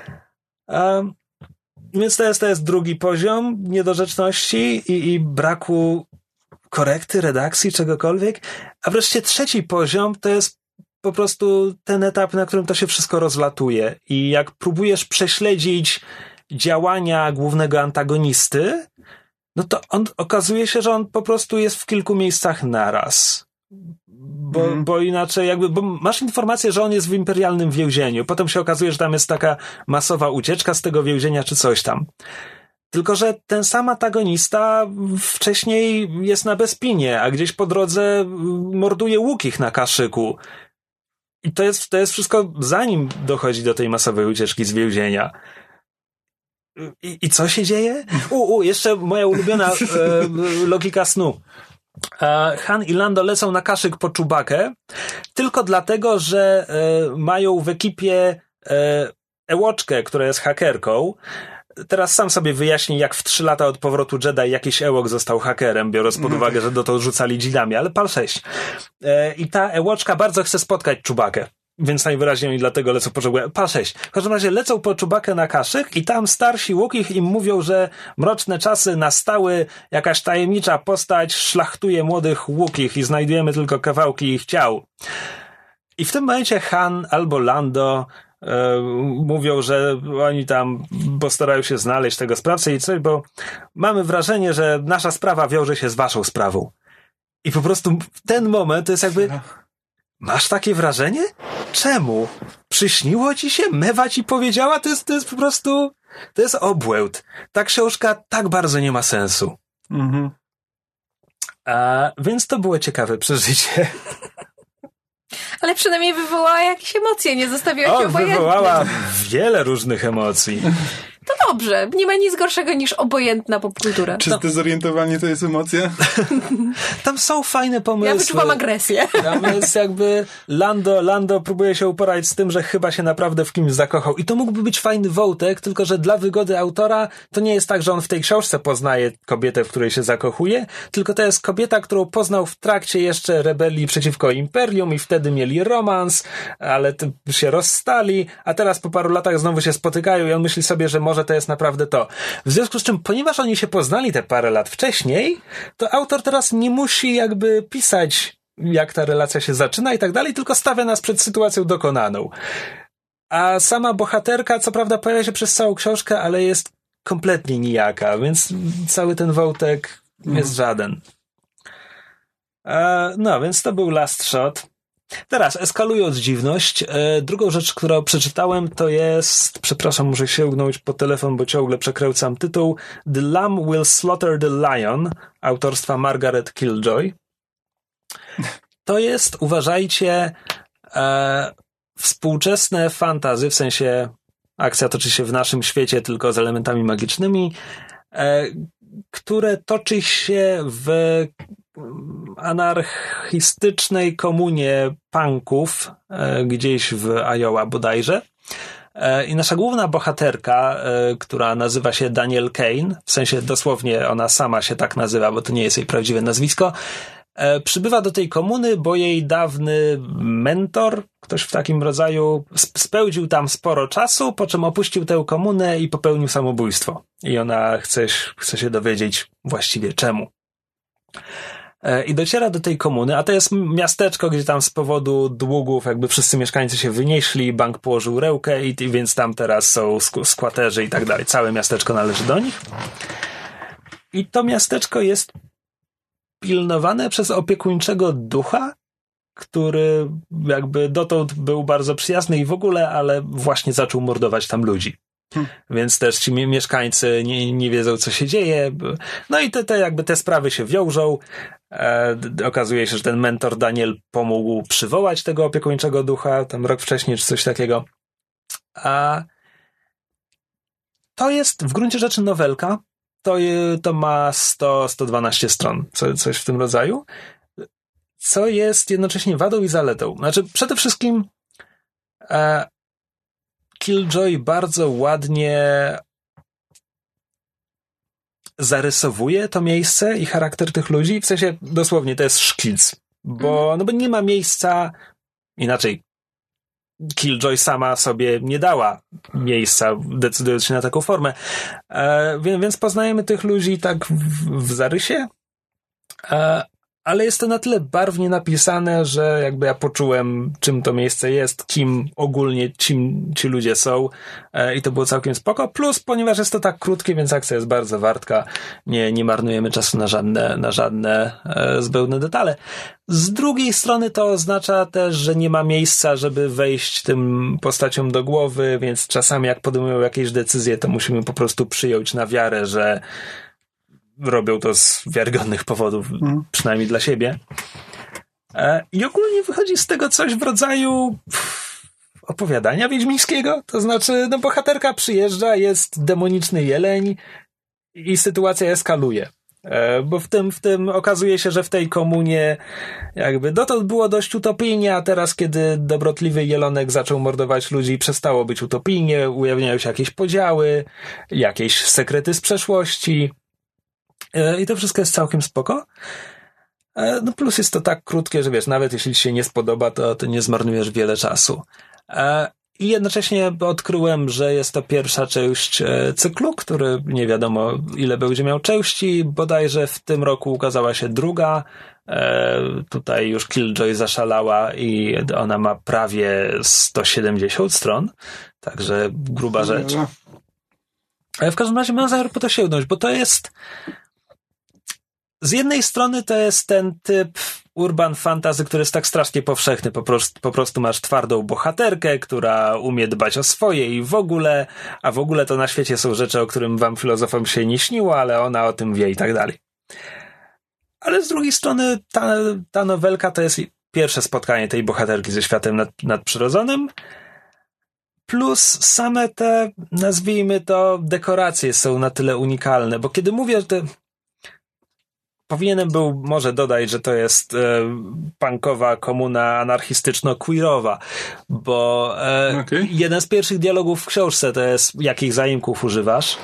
Um, Więc to jest, to jest drugi poziom niedorzeczności i, i braku korekty, redakcji, czegokolwiek. A wreszcie trzeci poziom to jest po prostu ten etap, na którym to się wszystko rozlatuje. I jak próbujesz prześledzić działania głównego antagonisty, no to on, okazuje się, że on po prostu jest w kilku miejscach naraz. Bo, mm. bo inaczej jakby, bo masz informację, że on jest w imperialnym więzieniu. Potem się okazuje, że tam jest taka masowa ucieczka z tego więzienia, czy coś tam. Tylko że ten sam antagonista wcześniej jest na Bespinie, a gdzieś po drodze morduje Łukich na Kaszyku. I to jest, to jest wszystko zanim dochodzi do tej masowej ucieczki z więzienia. I, i co się dzieje? U, u, jeszcze moja ulubiona e, logika snu. Han i Lando lecą na Kaszyk po Chewbackę tylko dlatego, że e, mają w ekipie e, Ewoczkę, która jest hakerką. Teraz sam sobie wyjaśnię, jak w trzy lata od powrotu Jedi jakiś Ewok został hakerem, biorąc pod uwagę, że do to rzucali dzidami, ale pal sześć. E, I ta Ewoczka bardzo chce spotkać Chewbackę. Więc najwyraźniej dlatego lecą po Chewbackę. Pal sześć. W każdym razie lecą po Chewbackę na Kaszyk i tam starsi Wookiees im mówią, że mroczne czasy nastały, jakaś tajemnicza postać szlachtuje młodych Wookiees i znajdujemy tylko kawałki ich ciał. I w tym momencie Han albo Lando e, mówią, że oni tam postarają się znaleźć tego sprawcę i coś, bo mamy wrażenie, że nasza sprawa wiąże się z waszą sprawą. I po prostu w ten moment to jest jakby... Masz takie wrażenie? Czemu? Przyśniło ci się? Mewa ci powiedziała? To jest, to jest po prostu... To jest obłęd. Ta książka tak bardzo nie ma sensu. Mhm. A, więc to było ciekawe przeżycie. Ale przynajmniej wywołała jakieś emocje, nie zostawiła się o, obojętnie. Wywołała wiele różnych emocji. To dobrze. Nie ma nic gorszego niż obojętna popkultura. Czy zdezorientowanie to jest emocja? Tam są fajne pomysły. Ja wyczuwam agresję. Tam jest jakby Lando, Lando próbuje się uporać z tym, że chyba się naprawdę w kimś zakochał. I to mógłby być fajny wątek, tylko że dla wygody autora to nie jest tak, że on w tej książce poznaje kobietę, w której się zakochuje, tylko to jest kobieta, którą poznał w trakcie jeszcze rebelii przeciwko Imperium i wtedy mieli romans, ale się rozstali, a teraz po paru latach znowu się spotykają i on myśli sobie, że może to jest naprawdę to. W związku z czym, ponieważ oni się poznali te parę lat wcześniej, to autor teraz nie musi jakby pisać, jak ta relacja się zaczyna i tak dalej, tylko stawia nas przed sytuacją dokonaną. A sama bohaterka, co prawda, pojawia się przez całą książkę, ale jest kompletnie nijaka, więc cały ten wątek mm. jest żaden. E, no, więc to był Last Shot. Teraz, eskalując dziwność, e, drugą rzecz, którą przeczytałem, to jest, przepraszam, muszę sięgnąć po telefon, bo ciągle przekręcam tytuł, The Lamb Will Slaughter the Lion, autorstwa Margaret Killjoy. To jest, uważajcie, e, współczesne fantasy, w sensie akcja toczy się w naszym świecie, tylko z elementami magicznymi, e, które toczy się w anarchistycznej komunie punków, e, gdzieś w Iowa bodajże. E, I nasza główna bohaterka, e, która nazywa się Danielle Kane, w sensie dosłownie ona sama się tak nazywa, bo to nie jest jej prawdziwe nazwisko, e, przybywa do tej komuny, bo jej dawny mentor, ktoś w takim rodzaju, spędził tam sporo czasu, po czym opuścił tę komunę i popełnił samobójstwo. I ona chce, chce się dowiedzieć właściwie czemu. I dociera do tej komuny, a to jest miasteczko, gdzie tam z powodu długów jakby wszyscy mieszkańcy się wynieśli, bank położył rękę i, i więc tam teraz są skwaterzy i tak dalej. Całe miasteczko należy do nich. I to miasteczko jest pilnowane przez opiekuńczego ducha, który jakby dotąd był bardzo przyjazny i w ogóle, ale właśnie zaczął mordować tam ludzi. Hmm. Więc też ci mieszkańcy nie, nie wiedzą, co się dzieje. No i te, te jakby te sprawy się wiążą. E, okazuje się, że ten mentor Daniel pomógł przywołać tego opiekuńczego ducha tam rok wcześniej, czy coś takiego. A to jest w gruncie rzeczy nowelka. To, to ma sto do stu dwunastu stron, co, coś w tym rodzaju. Co jest jednocześnie wadą i zaletą. Znaczy, przede wszystkim e, Killjoy bardzo ładnie zarysowuje to miejsce i charakter tych ludzi. W sensie dosłownie to jest szkic, bo, no bo nie ma miejsca inaczej. Killjoy sama sobie nie dała miejsca, decydując się na taką formę. E, więc, więc poznajemy tych ludzi tak w, w zarysie. E, ale jest to na tyle barwnie napisane, że jakby ja poczułem, czym to miejsce jest, kim ogólnie ci, ci ludzie są e, i to było całkiem spoko. Plus, ponieważ jest to tak krótkie, więc akcja jest bardzo wartka, nie, nie marnujemy czasu na żadne, na żadne e, zbędne detale. Z drugiej strony to oznacza też, że nie ma miejsca, żeby wejść tym postaciom do głowy, więc czasami jak podejmują jakieś decyzje, to musimy po prostu przyjąć na wiarę, że robią to z wiarygodnych powodów, mm. przynajmniej dla siebie. I ogólnie wychodzi z tego coś w rodzaju opowiadania wiedźmińskiego. To znaczy, no bohaterka przyjeżdża, jest demoniczny jeleń i sytuacja eskaluje. Bo w tym, w tym okazuje się, że w tej komunie jakby dotąd było dość utopijnie, a teraz, kiedy dobrotliwy jelonek zaczął mordować ludzi, przestało być utopijnie, ujawniają się jakieś podziały, jakieś sekrety z przeszłości. I to wszystko jest całkiem spoko. No plus jest to tak krótkie, że wiesz, nawet jeśli ci się nie spodoba, to, to nie zmarnujesz wiele czasu. I jednocześnie odkryłem, że jest to pierwsza część cyklu, który nie wiadomo ile będzie miał części. Bodajże w tym roku ukazała się druga. Tutaj już Killjoy zaszalała i ona ma prawie sto siedemdziesiąt stron. Także gruba rzecz. Ale w każdym razie mam zamiar po to sięgnąć, bo to jest z jednej strony to jest ten typ urban fantasy, który jest tak strasznie powszechny. Po prostu, po prostu masz twardą bohaterkę, która umie dbać o swoje i w ogóle, a w ogóle to na świecie są rzeczy, o którym wam filozofom się nie śniło, ale ona o tym wie i tak dalej. Ale z drugiej strony ta, ta nowelka to jest pierwsze spotkanie tej bohaterki ze światem nad, nadprzyrodzonym. plus same te, nazwijmy to, dekoracje są na tyle unikalne, bo kiedy mówię, że te... Powinienem był może dodać, że to jest e, punkowa komuna anarchistyczno-queerowa, bo e, okay. jeden z pierwszych dialogów w książce to jest, jakich zaimków używasz.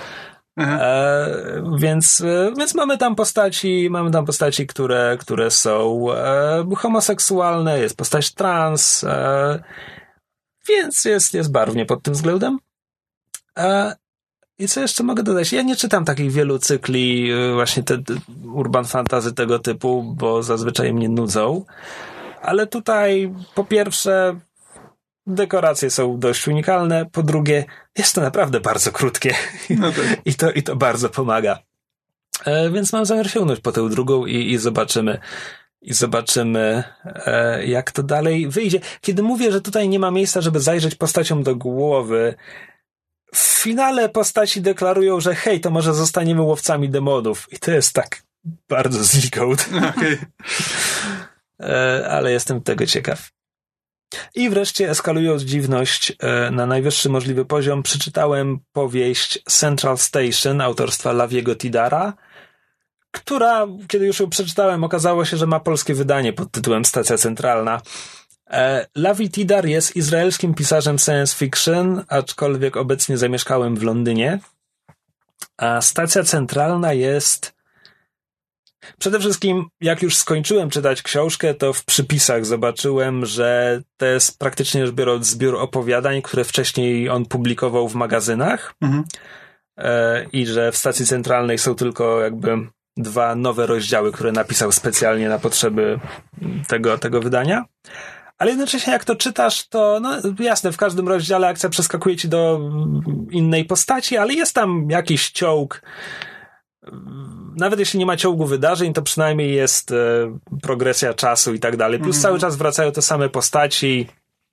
E, więc, e, więc mamy tam postaci, mamy tam postaci, które, które są e, homoseksualne, jest postać trans, e, więc jest, jest barwnie pod tym względem. E, I co jeszcze mogę dodać? Ja nie czytam takich wielu cykli, właśnie te, te urban fantasy tego typu, bo zazwyczaj mnie nudzą. Ale tutaj po pierwsze dekoracje są dość unikalne, po drugie jest to naprawdę bardzo krótkie. No tak. I, to, I to bardzo pomaga. E, więc mam zamiar sięgnąć po tę drugą i, i zobaczymy i zobaczymy e, jak to dalej wyjdzie. Kiedy mówię, że tutaj nie ma miejsca, żeby zajrzeć postaciom do głowy, w finale postaci deklarują, że hej, to może zostaniemy łowcami demonów. I to jest tak bardzo zlikąd. Okay. e, ale jestem tego ciekaw. I wreszcie, eskalując dziwność e, na najwyższy możliwy poziom, przeczytałem powieść Central Station autorstwa Laviego Tidara, która, kiedy już ją przeczytałem, okazało się, że ma polskie wydanie pod tytułem Stacja Centralna. E, Lavi Tidar jest izraelskim pisarzem science fiction, aczkolwiek obecnie zamieszkałem w Londynie. A Stacja Centralna jest... Przede wszystkim, jak już skończyłem czytać książkę, to w przypisach zobaczyłem, że to jest praktycznie rzecz biorąc zbiór opowiadań, które wcześniej on publikował w magazynach. Mhm. E, I że w Stacji Centralnej są tylko jakby dwa nowe rozdziały, które napisał specjalnie na potrzeby tego, tego wydania. Ale jednocześnie jak to czytasz, to no jasne, w każdym rozdziale akcja przeskakuje ci do innej postaci, ale jest tam jakiś ciąg. Nawet jeśli nie ma ciągu wydarzeń, to przynajmniej jest e, progresja czasu i tak dalej. Plus mm. cały czas wracają te same postaci.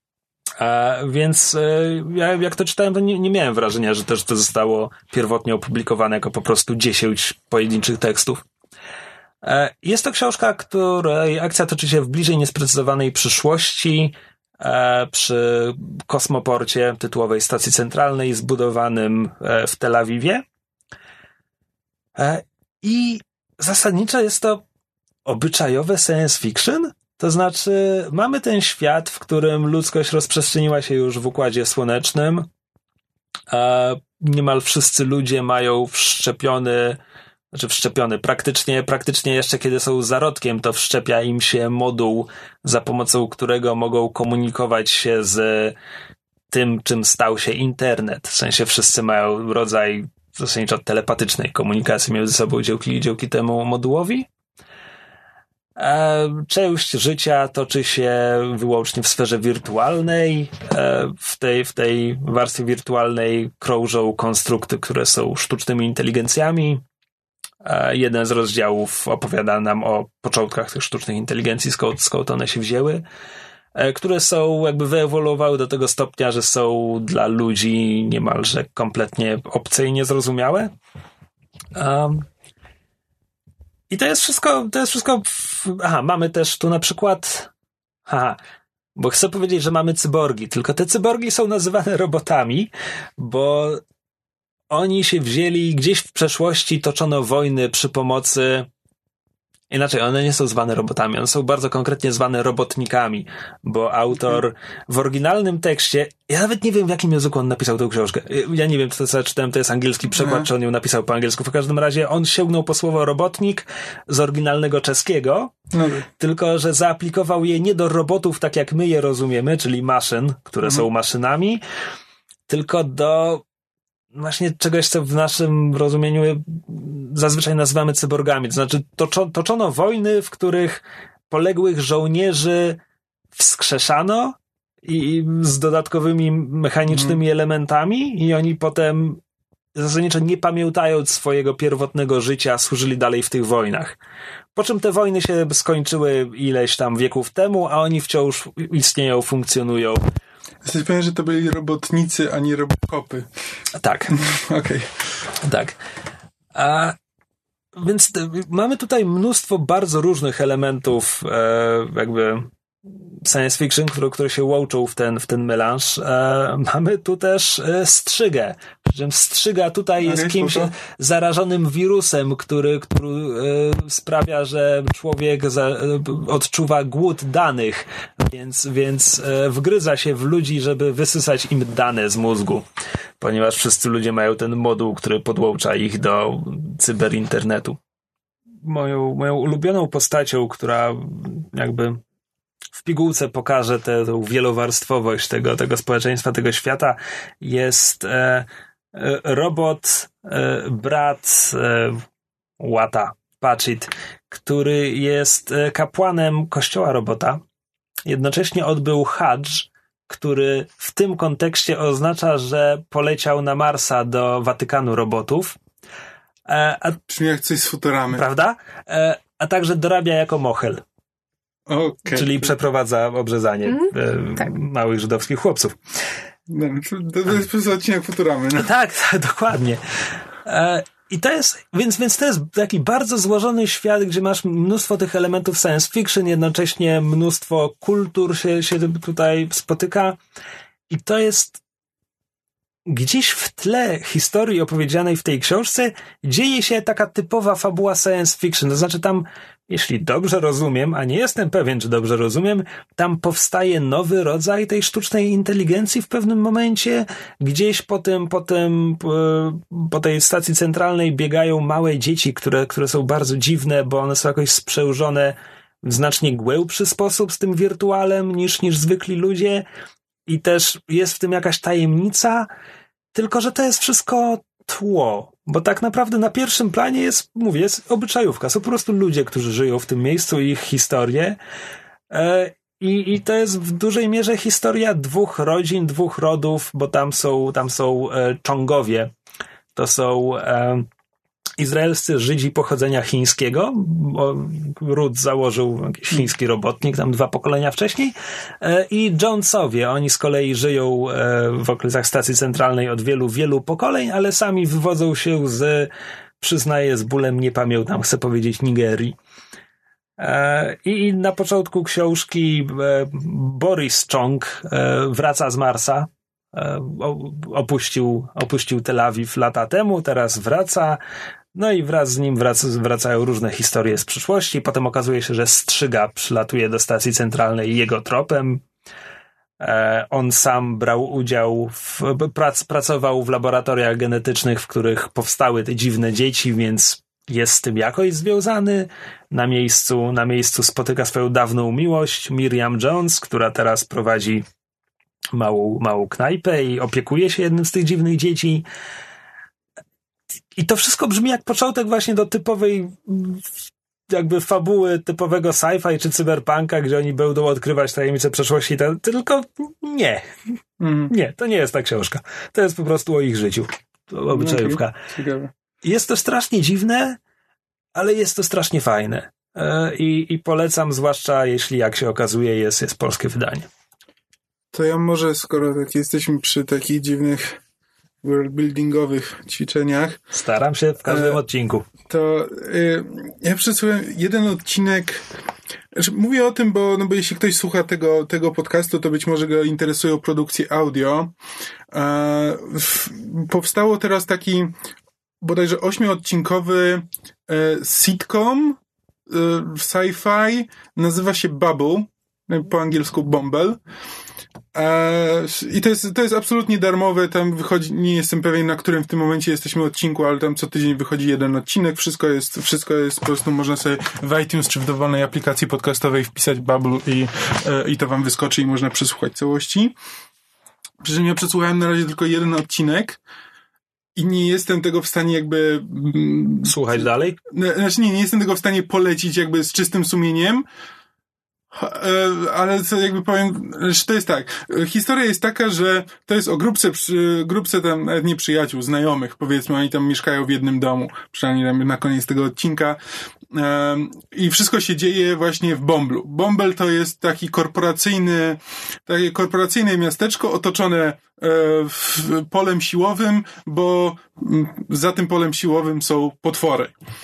E, więc e, ja jak to czytałem, to nie, nie miałem wrażenia, że też to zostało pierwotnie opublikowane jako po prostu dziesięć pojedynczych tekstów. E, jest to książka, której akcja toczy się w bliżej niesprecyzowanej przyszłości, e, przy kosmoporcie tytułowej Stacji Centralnej zbudowanym e, w Tel Awiwie. I zasadniczo jest to obyczajowe science fiction, to znaczy mamy ten świat, w którym ludzkość rozprzestrzeniła się już w Układzie Słonecznym, a niemal wszyscy ludzie mają wszczepiony, znaczy wszczepiony, praktycznie, praktycznie jeszcze kiedy są zarodkiem, to wszczepia im się moduł, za pomocą którego mogą komunikować się z tym, czym stał się internet. W sensie wszyscy mają rodzaj zasadniczo telepatycznej komunikacji między sobą dzięki, dzięki temu modułowi. E, część życia toczy się wyłącznie w sferze wirtualnej. E, w, tej, w tej warstwie wirtualnej krążą konstrukty, które są sztucznymi inteligencjami. E, jeden z rozdziałów opowiada nam o początkach tych sztucznych inteligencji, skąd, skąd one się wzięły, e, które są jakby wyewoluowały do tego stopnia, że są dla ludzi niemalże kompletnie obce i niezrozumiałe. Um, I to jest wszystko, to jest wszystko, w... aha, mamy też tu na przykład, aha, bo chcę powiedzieć, że mamy cyborgi, tylko te cyborgi są nazywane robotami, bo oni się wzięli, gdzieś w przeszłości toczono wojny przy pomocy, inaczej, one nie są zwane robotami, one są bardzo konkretnie zwane robotnikami, bo autor w oryginalnym tekście, ja nawet nie wiem, w jakim języku on napisał tę książkę. Ja nie wiem, czy to co czytałem, to jest angielski przekład, czy on ją napisał po angielsku. W każdym razie on sięgnął po słowo robotnik z oryginalnego czeskiego, no. Tylko że zaaplikował je nie do robotów, tak jak my je rozumiemy, czyli maszyn, które mhm. są maszynami, tylko do właśnie czegoś, co w naszym rozumieniu zazwyczaj nazywamy cyborgami. To znaczy toczo, toczono wojny, w których poległych żołnierzy wskrzeszano i z dodatkowymi mechanicznymi mm. elementami i oni potem zasadniczo nie pamiętając swojego pierwotnego życia służyli dalej w tych wojnach. Po czym te wojny się skończyły ileś tam wieków temu, a oni wciąż istnieją, funkcjonują. Jesteś pewien, że to byli robotnicy, a nie robokopy. Tak. Okej. Okay. Tak. A więc t- mamy tutaj mnóstwo bardzo różnych elementów e, jakby science fiction, które, które się łączą w ten, w ten melanż. E, mamy tu też e, Strzygę. Przy czym Strzyga tutaj jest kimś zarażonym wirusem, który, który e, sprawia, że człowiek za, e, odczuwa głód danych, więc, więc e, wgryza się w ludzi, żeby wysysać im dane z mózgu, ponieważ wszyscy ludzie mają ten moduł, który podłącza ich do cyberinternetu. Moją, moją ulubioną postacią, która jakby w pigułce pokaże tę, tę wielowarstwowość tego, tego społeczeństwa, tego świata, jest e, e, robot, e, brat e, Łata, Patchit, który jest e, kapłanem kościoła robota. Jednocześnie odbył hadż, który w tym kontekście oznacza, że poleciał na Marsa do Watykanu robotów. E, a, Brzmi jak coś z Futuramy. Prawda? E, a także dorabia jako mochel. Okay. Czyli przeprowadza obrzezanie mm, e, tak. małych żydowskich chłopców. No, to, to jest po prostu odcinek Futuramy. No. Tak, tak, dokładnie. E, I to jest, więc, więc to jest taki bardzo złożony świat, gdzie masz mnóstwo tych elementów science fiction, jednocześnie mnóstwo kultur się, się tutaj spotyka. I to jest gdzieś w tle historii opowiedzianej w tej książce dzieje się taka typowa fabuła science fiction. To znaczy tam, jeśli dobrze rozumiem, a nie jestem pewien, czy dobrze rozumiem, tam powstaje nowy rodzaj tej sztucznej inteligencji w pewnym momencie. Gdzieś po tym, po tym, po tej stacji centralnej biegają małe dzieci, które, które są bardzo dziwne, bo one są jakoś sprzężone w znacznie głębszy sposób z tym wirtualem niż, niż zwykli ludzie. I też jest w tym jakaś tajemnica, tylko że to jest wszystko tło. Bo tak naprawdę na pierwszym planie jest, mówię, jest obyczajówka. Są po prostu ludzie, którzy żyją w tym miejscu i ich historie. I, I to jest w dużej mierze historia dwóch rodzin, dwóch rodów, bo tam są, tam są Czongowie. To są e, izraelscy Żydzi pochodzenia chińskiego. Ród założył jakiś chiński robotnik tam dwa pokolenia wcześniej. E, I Jonesowie. Oni z kolei żyją e, w okolicach stacji centralnej od wielu, wielu pokoleń, ale sami wywodzą się z, przyznaję z bólem, nie pamiętam, chcę powiedzieć Nigerii. I, I na początku książki Boris Chong wraca z Marsa. Opuścił, opuścił Tel Awiw lata temu, teraz wraca. No i wraz z nim wraca, wracają różne historie z przyszłości. Potem okazuje się, że Strzyga przylatuje do stacji centralnej jego tropem. On sam brał udział w, prac, pracował w laboratoriach genetycznych, w których powstały te dziwne dzieci, więc jest z tym jakoś związany. Na miejscu, na miejscu spotyka swoją dawną miłość, Miriam Jones, która teraz prowadzi małą, małą knajpę i opiekuje się jednym z tych dziwnych dzieci. I to wszystko brzmi jak początek właśnie do typowej jakby fabuły typowego sci-fi czy cyberpunka, gdzie oni będą odkrywać tajemnice przeszłości. Tylko nie. Mm. Nie, to nie jest ta książka. To jest po prostu o ich życiu. Obyczajówka. Ciekawe. Jest to strasznie dziwne, ale jest to strasznie fajne. I, i polecam, zwłaszcza jeśli, jak się okazuje, jest, jest polskie wydanie. To ja może, skoro tak jesteśmy przy takich dziwnych worldbuildingowych ćwiczeniach. Staram się w każdym e, odcinku. To y, ja przesłuchałem jeden odcinek. Znaczy, mówię o tym, bo, no bo jeśli ktoś słucha tego, tego podcastu, to być może go interesują produkcje audio. E, w, powstało teraz taki bodajże ośmiodcinkowy e, sitcom e, sci-fi, nazywa się Bubble, po angielsku Bumble. E, I to jest, to jest absolutnie darmowe, tam wychodzi, nie jestem pewien, na którym w tym momencie jesteśmy odcinku, ale tam co tydzień wychodzi jeden odcinek, wszystko jest, wszystko jest po prostu, można sobie w iTunes czy w dowolnej aplikacji podcastowej wpisać Bubble i, e, i to wam wyskoczy i można przesłuchać całości. Przy czym ja przesłuchałem na razie tylko jeden odcinek i nie jestem tego w stanie jakby... Słuchać dalej? Znaczy nie, nie jestem tego w stanie polecić jakby z czystym sumieniem, ale co jakby powiem, że to jest tak. Historia jest taka, że to jest o grupce, grupce tam nawet nie przyjaciół, znajomych, powiedzmy, oni tam mieszkają w jednym domu, przynajmniej tam na koniec tego odcinka. I wszystko się dzieje właśnie w Bumblu. Bumble to jest taki korporacyjny, takie korporacyjne miasteczko otoczone w polem siłowym, bo za tym polem siłowym są potwory.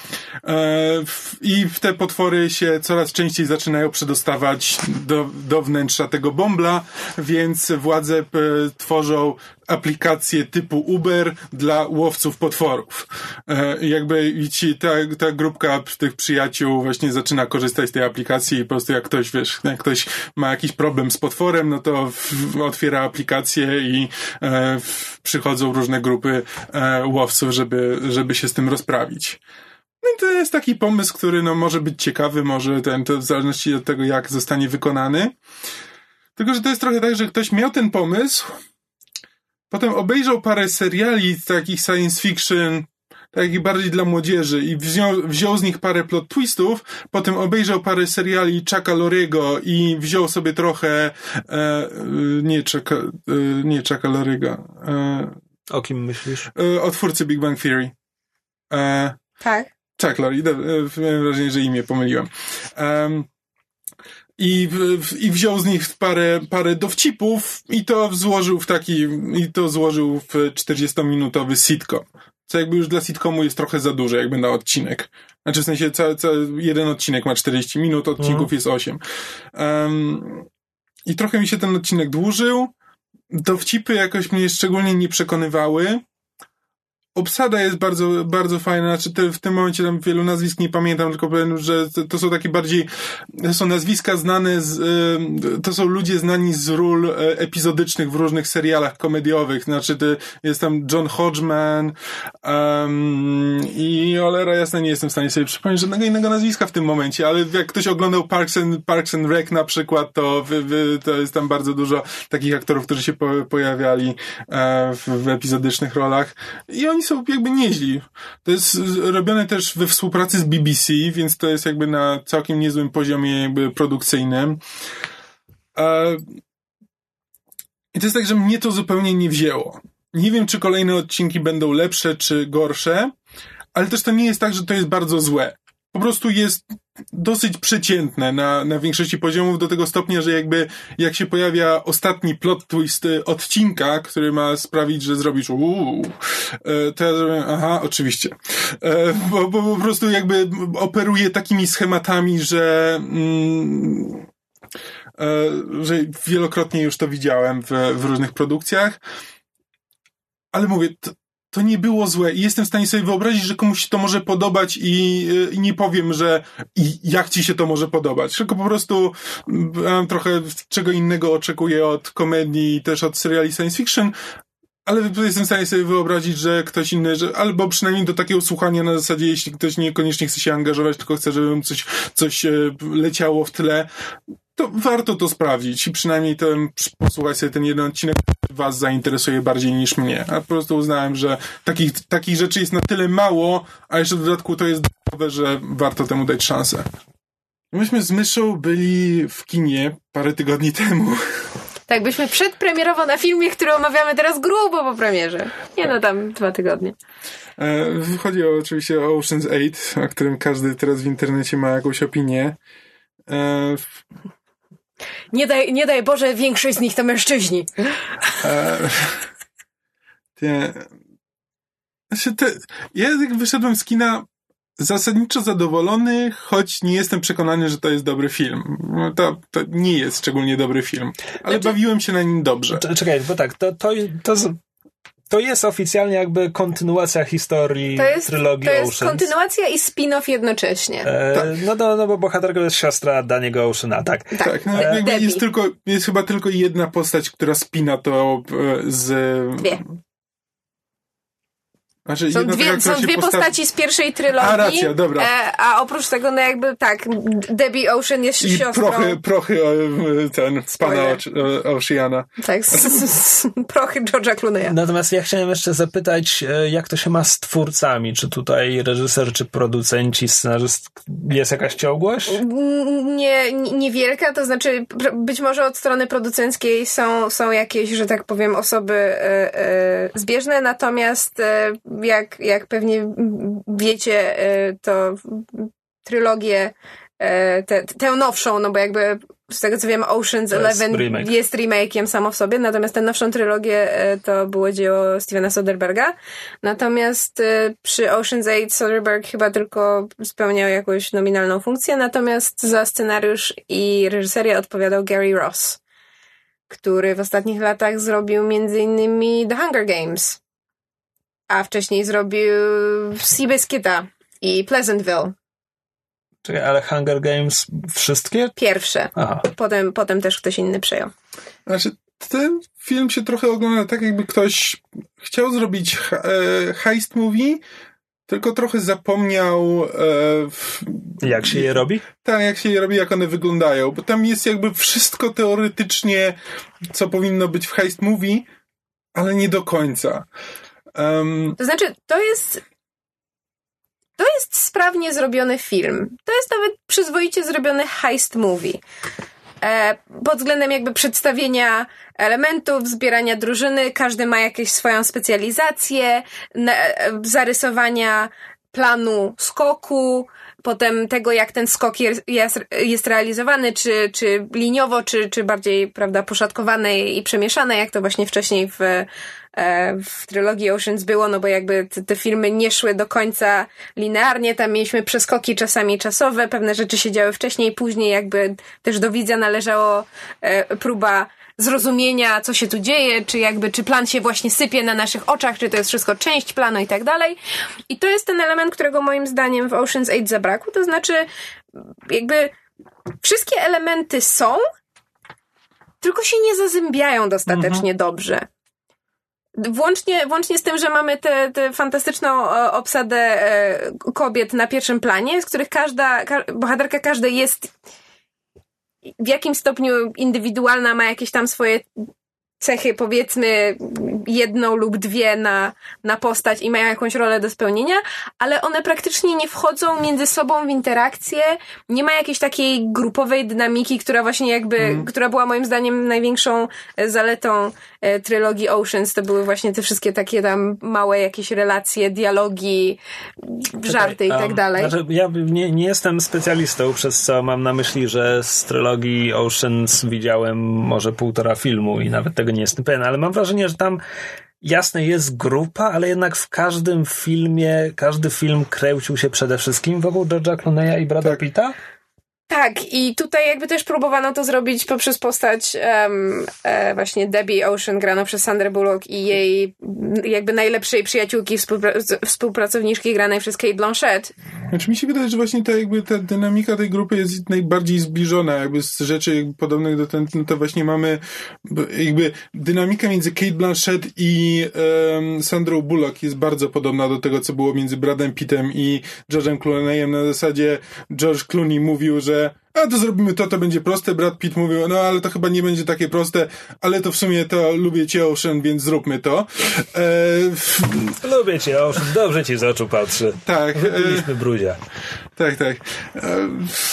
I te potwory się coraz częściej zaczynają przedostawać do, do wnętrza tego bąbla, więc władze tworzą aplikacje typu Uber dla łowców potworów. Jakby ci, ta, ta grupka tych przyjaciół właśnie zaczyna korzystać z tej aplikacji i po prostu jak ktoś, wiesz, jak ktoś ma jakiś problem z potworem, no to w, otwiera aplikację i e, w, przychodzą różne grupy e, łowców, żeby, żeby się z tym rozprawić. No i to jest taki pomysł, który no, może być ciekawy, może ten, to w zależności od tego, jak zostanie wykonany. Tylko, że to jest trochę tak, że ktoś miał ten pomysł, potem obejrzał parę seriali takich science fiction, takich bardziej dla młodzieży i wziął, wziął z nich parę plot twistów, potem obejrzał parę seriali Chucka Lorriego i wziął sobie trochę e, nie Chucka, e, nie Chucka Lorriego. E, o kim myślisz? E, o twórcy Big Bang Theory. E, tak. Chuck Lorre. Miałem wrażenie, że imię pomyliłem. Um, I, I wziął z nich parę, parę dowcipów i to złożył w taki, i to złożył w czterdziestominutowy sitcom. Co jakby już dla sitcomu jest trochę za dużo, jakby na odcinek. Znaczy w sensie cały, cały jeden odcinek ma czterdzieści minut, odcinków mm. jest osiem. Um, I trochę mi się ten odcinek dłużył. Dowcipy jakoś mnie szczególnie nie przekonywały. Obsada jest bardzo, bardzo fajna, znaczy te, w tym momencie tam wielu nazwisk nie pamiętam, tylko powiem, że to, to są takie bardziej, to są nazwiska znane z, y, to są ludzie znani z ról y, epizodycznych w różnych serialach komediowych, znaczy to jest tam John Hodgman um, i olera jasne, nie jestem w stanie sobie przypomnieć żadnego innego nazwiska w tym momencie, ale jak ktoś oglądał Parks and, Parks and Rec na przykład, to, wy, wy, to jest tam bardzo dużo takich aktorów, którzy się po, pojawiali e, w, w epizodycznych rolach i oni są jakby nieźli. To jest robione też we współpracy z B B C, więc to jest jakby na całkiem niezłym poziomie jakby produkcyjnym. I to jest tak, że mnie to zupełnie nie wzięło. Nie wiem, czy kolejne odcinki będą lepsze, czy gorsze, ale też to nie jest tak, że to jest bardzo złe. Po prostu jest dosyć przeciętne na, na większości poziomów do tego stopnia, że jakby jak się pojawia ostatni plot twist odcinka, który ma sprawić, że zrobisz uuu, to ja zrobię, aha, oczywiście. Bo, bo po prostu jakby operuje takimi schematami, że mm, że wielokrotnie już to widziałem w, w różnych produkcjach. Ale mówię, to, to nie było złe i jestem w stanie sobie wyobrazić, że komuś się to może podobać i, i nie powiem, że i jak ci się to może podobać. Tylko po prostu um, trochę czego innego oczekuję od komedii i też od seriali science fiction, ale jestem w stanie sobie wyobrazić, że ktoś inny, że, albo przynajmniej do takiego słuchania na zasadzie, jeśli ktoś niekoniecznie chce się angażować, tylko chce, żeby coś, coś leciało w tle, to warto to sprawdzić i przynajmniej ten, posłuchać sobie ten jeden odcinek, was zainteresuje bardziej niż mnie. A po prostu uznałem, że takich, takich rzeczy jest na tyle mało, a jeszcze w dodatku to jest dobre, że warto temu dać szansę. Myśmy z Myszą byli w kinie parę tygodni temu. Tak, byliśmy przedpremierowo na filmie, który omawiamy teraz grubo po premierze. Nie no, tam dwa tygodnie. E, chodzi o, oczywiście o Ocean's Eight, o którym każdy teraz w internecie ma jakąś opinię. E, Nie daj, nie daj Boże, większość z nich to mężczyźni. E, te, znaczy te, ja jak wyszedłem z kina zasadniczo zadowolony, choć nie jestem przekonany, że to jest dobry film. To, to nie jest szczególnie dobry film, ale znaczy, bawiłem się na nim dobrze. Czekaj, bo tak, to, to, to, to jest oficjalnie jakby kontynuacja historii to jest, trylogii Ocean. To jest Oceans. kontynuacja i spin-off jednocześnie. E, tak. no, no, no bo bohaterką jest siostra Daniego Oceana, tak? Tak, tak no, jakby jest, tylko, jest chyba tylko jedna postać, która spina to z... Dwie. Znaczy, są dwie, taka, są dwie postawi... postaci z pierwszej trylogii. A, racja, dobra. E, a oprócz tego, no jakby tak, Debbie Ocean jest I siostrą. prochy, prochy ten, z pana Oceana. Tak, z, z, z, prochy George'a Clooney'a. Natomiast ja chciałem jeszcze zapytać, jak to się ma z twórcami? Czy tutaj reżyser, czy producenci, scenarzyst, jest jakaś ciągłość? Nie, niewielka, to znaczy być może od strony producenckiej są, są jakieś, że tak powiem, osoby e, e, zbieżne, natomiast e, jak, jak pewnie wiecie, to trylogię, tę, tę nowszą, no bo jakby z tego co wiem, Ocean's Eleven remake. jest remake'iem samo w sobie, natomiast tę nowszą trylogię to było dzieło Stevena Soderberga. Natomiast przy Ocean's Eight Soderbergh chyba tylko spełniał jakąś nominalną funkcję, natomiast za scenariusz i reżyserię odpowiadał Gary Ross, który w ostatnich latach zrobił między innymi The Hunger Games, a wcześniej zrobił Seabiscuita i Pleasantville. Czekaj, ale Hunger Games wszystkie? Pierwsze. Aha. Potem, potem też ktoś inny przejął. Znaczy, ten film się trochę ogląda tak, jakby ktoś chciał zrobić e, heist movie, tylko trochę zapomniał... E, jak się je robi? Tak, jak się je robi, jak one wyglądają. Bo tam jest jakby wszystko teoretycznie, co powinno być w heist movie, ale nie do końca. Um, to znaczy, to jest... To jest sprawnie zrobiony film. To jest nawet przyzwoicie zrobiony heist movie. E, pod względem jakby przedstawienia elementów, zbierania drużyny, każdy ma jakąś swoją specjalizację, na, zarysowania planu skoku, potem tego, jak ten skok jest, jest, jest realizowany, czy, czy liniowo, czy, czy bardziej, prawda, poszatkowany i przemieszane, jak to właśnie wcześniej w, w trylogii Oceans było, no bo jakby te, te filmy nie szły do końca linearnie, tam mieliśmy przeskoki czasami czasowe, pewne rzeczy się działy wcześniej, później jakby też do widza należało e, próba zrozumienia, co się tu dzieje, czy jakby, czy plan się właśnie sypie na naszych oczach, czy to jest wszystko część planu i tak dalej. I to jest ten element, którego moim zdaniem w Ocean's Eight zabrakło, to znaczy jakby wszystkie elementy są, tylko się nie zazębiają dostatecznie mhm. dobrze. Włącznie, włącznie z tym, że mamy tę fantastyczną e, obsadę e, kobiet na pierwszym planie, z których każda, ka, bohaterka każdej jest w jakim stopniu indywidualna, ma jakieś tam swoje cechy, powiedzmy jedną lub dwie na, na postać i mają jakąś rolę do spełnienia, ale one praktycznie nie wchodzą między sobą w interakcję, nie ma jakiejś takiej grupowej dynamiki, która właśnie jakby, mm. która była moim zdaniem największą zaletą e, trylogii Oceans, to były właśnie te wszystkie takie tam małe jakieś relacje, dialogi, żarty Czekaj, i tak um, dalej. Znaczy, ja nie, nie jestem specjalistą, przez co mam na myśli, że z trylogii Oceans widziałem może półtora filmu i nawet tego nie jestem pewien, ale mam wrażenie, że tam jasne jest grupa, ale jednak w każdym filmie, każdy film kręcił się przede wszystkim wokół George'a Clooney'a i Brada tak. Pitta? Tak, i tutaj jakby też próbowano to zrobić poprzez postać um, e, właśnie Debbie Ocean, graną przez Sandrę Bullock i jej jakby najlepszej przyjaciółki, współpra- współpracowniczki granej przez Cate Blanchett. Znaczy mi się wydaje, że właśnie ta, jakby ta dynamika tej grupy jest najbardziej zbliżona, jakby z rzeczy jakby podobnych do ten, no to właśnie mamy jakby dynamika między Cate Blanchett i um, Sandrą Bullock jest bardzo podobna do tego, co było między Bradem Pittem i George'em Clooneyem. Na zasadzie George Clooney mówił, że a to zrobimy to, to będzie proste. Brad Pitt mówił, no ale to chyba nie będzie takie proste, ale to w sumie to lubię cię, Ocean, więc zróbmy to. E... Lubię cię, Ocean, dobrze ci z oczu patrzy. Tak. Wybiliśmy e... brudzia. Tak, tak. E...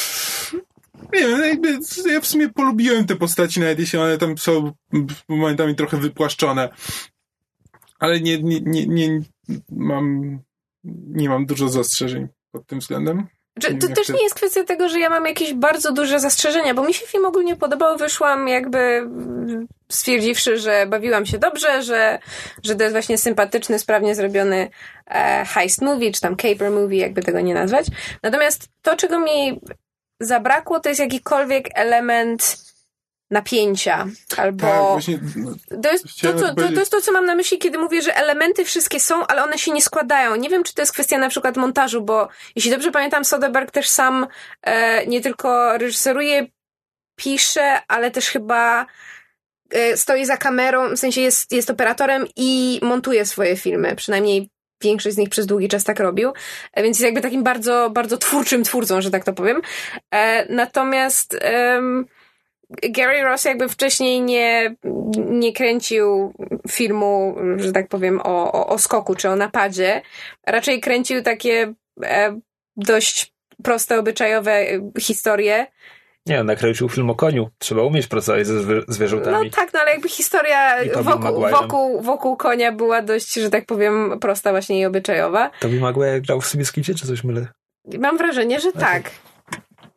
Nie wiem, jakby ja w sumie polubiłem te postaci, nawet jeśli one tam są momentami trochę wypłaszczone. Ale nie, nie, nie, nie mam nie mam dużo zastrzeżeń pod tym względem. Czy, to też nie jest kwestia tego, że ja mam jakieś bardzo duże zastrzeżenia, bo mi się film ogólnie podobał, wyszłam jakby stwierdziwszy, że bawiłam się dobrze, że, że to jest właśnie sympatyczny, sprawnie zrobiony e, heist movie, czy tam caper movie, jakby tego nie nazwać. Natomiast to, czego mi zabrakło, to jest jakikolwiek element napięcia, albo tak, właśnie, to, jest to, co, to, to jest to, co mam na myśli, kiedy mówię, że elementy wszystkie są, ale one się nie składają. Nie wiem, czy to jest kwestia na przykład montażu, bo jeśli dobrze pamiętam, Soderbergh też sam e, nie tylko reżyseruje, pisze, ale też chyba e, stoi za kamerą, w sensie jest, jest operatorem i montuje swoje filmy, przynajmniej większość z nich przez długi czas tak robił, e, więc jest jakby takim bardzo, bardzo twórczym twórcą, że tak to powiem. E, natomiast em, Gary Ross jakby wcześniej nie, nie kręcił filmu, że tak powiem, o, o, o skoku czy o napadzie. Raczej kręcił takie e, dość proste, obyczajowe historie. Nie, on nakręcił film o koniu. Trzeba umieć pracować ze zwi- zwierzętami. No tak, no ale jakby historia wokół, wokół, wokół konia była dość, że tak powiem, prosta właśnie i obyczajowa. Tobey Maguire grał w Seabiscuicie, czy coś mylę? Mam wrażenie, że tak.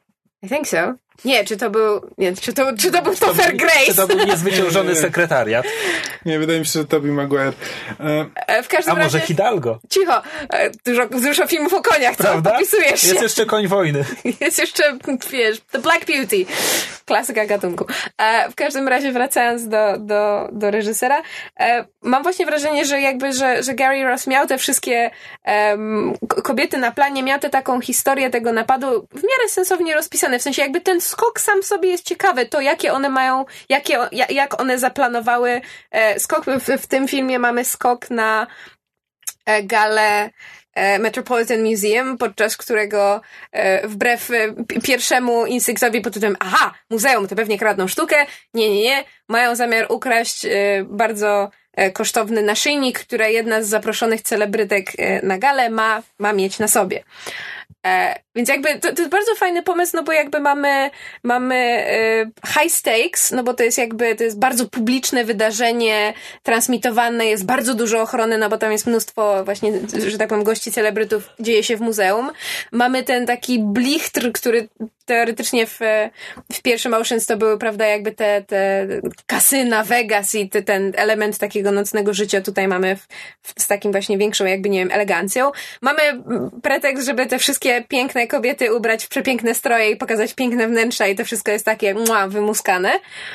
I think so. Nie, czy to był, nie, czy to, czy to był Topher Grace? Czy to był niezwyciężony sekretariat? Nie, wydaje mi się, że Tobey Maguire. E, w każdym A może razie, Hidalgo? Cicho, e, dużo, dużo filmów o koniach, co Prawda? popisujesz się. Jest jeszcze Koń Wojny. Jest jeszcze, wiesz, The Black Beauty. Klasyka gatunku. E, w każdym razie wracając do, do, do reżysera, e, mam właśnie wrażenie, że jakby, że, że Gary Ross miał te wszystkie um, kobiety na planie, miał tę taką historię tego napadu w miarę sensownie rozpisane. W sensie jakby ten skok sam sobie jest ciekawy. To jakie one mają, jakie, jak one zaplanowały e, skok. W, w tym filmie mamy skok na e, galę Metropolitan Museum, podczas którego e, wbrew e, pierwszemu instynktowi pod tytułem aha, muzeum, to pewnie kradną sztukę. Nie, nie, nie. Mają zamiar ukraść e, bardzo e, kosztowny naszyjnik, który jedna z zaproszonych celebrytek e, na galę ma, ma mieć na sobie. E, więc jakby to, to jest bardzo fajny pomysł, no bo jakby mamy mamy e, high stakes, no bo to jest jakby to jest bardzo publiczne wydarzenie, transmitowane, jest bardzo dużo ochrony, no bo tam jest mnóstwo właśnie, że tak powiem, gości, celebrytów, dzieje się w muzeum. Mamy ten taki blichtr, który teoretycznie w, w pierwszym Oceans to były, prawda, jakby te, te kasyna, Vegas i te, ten element takiego nocnego życia tutaj mamy w, w, z takim właśnie większą jakby, nie wiem, elegancją. Mamy pretekst, żeby te wszystkie piękne kobiety ubrać w przepiękne stroje i pokazać piękne wnętrza i to wszystko jest takie mua, wymuskane.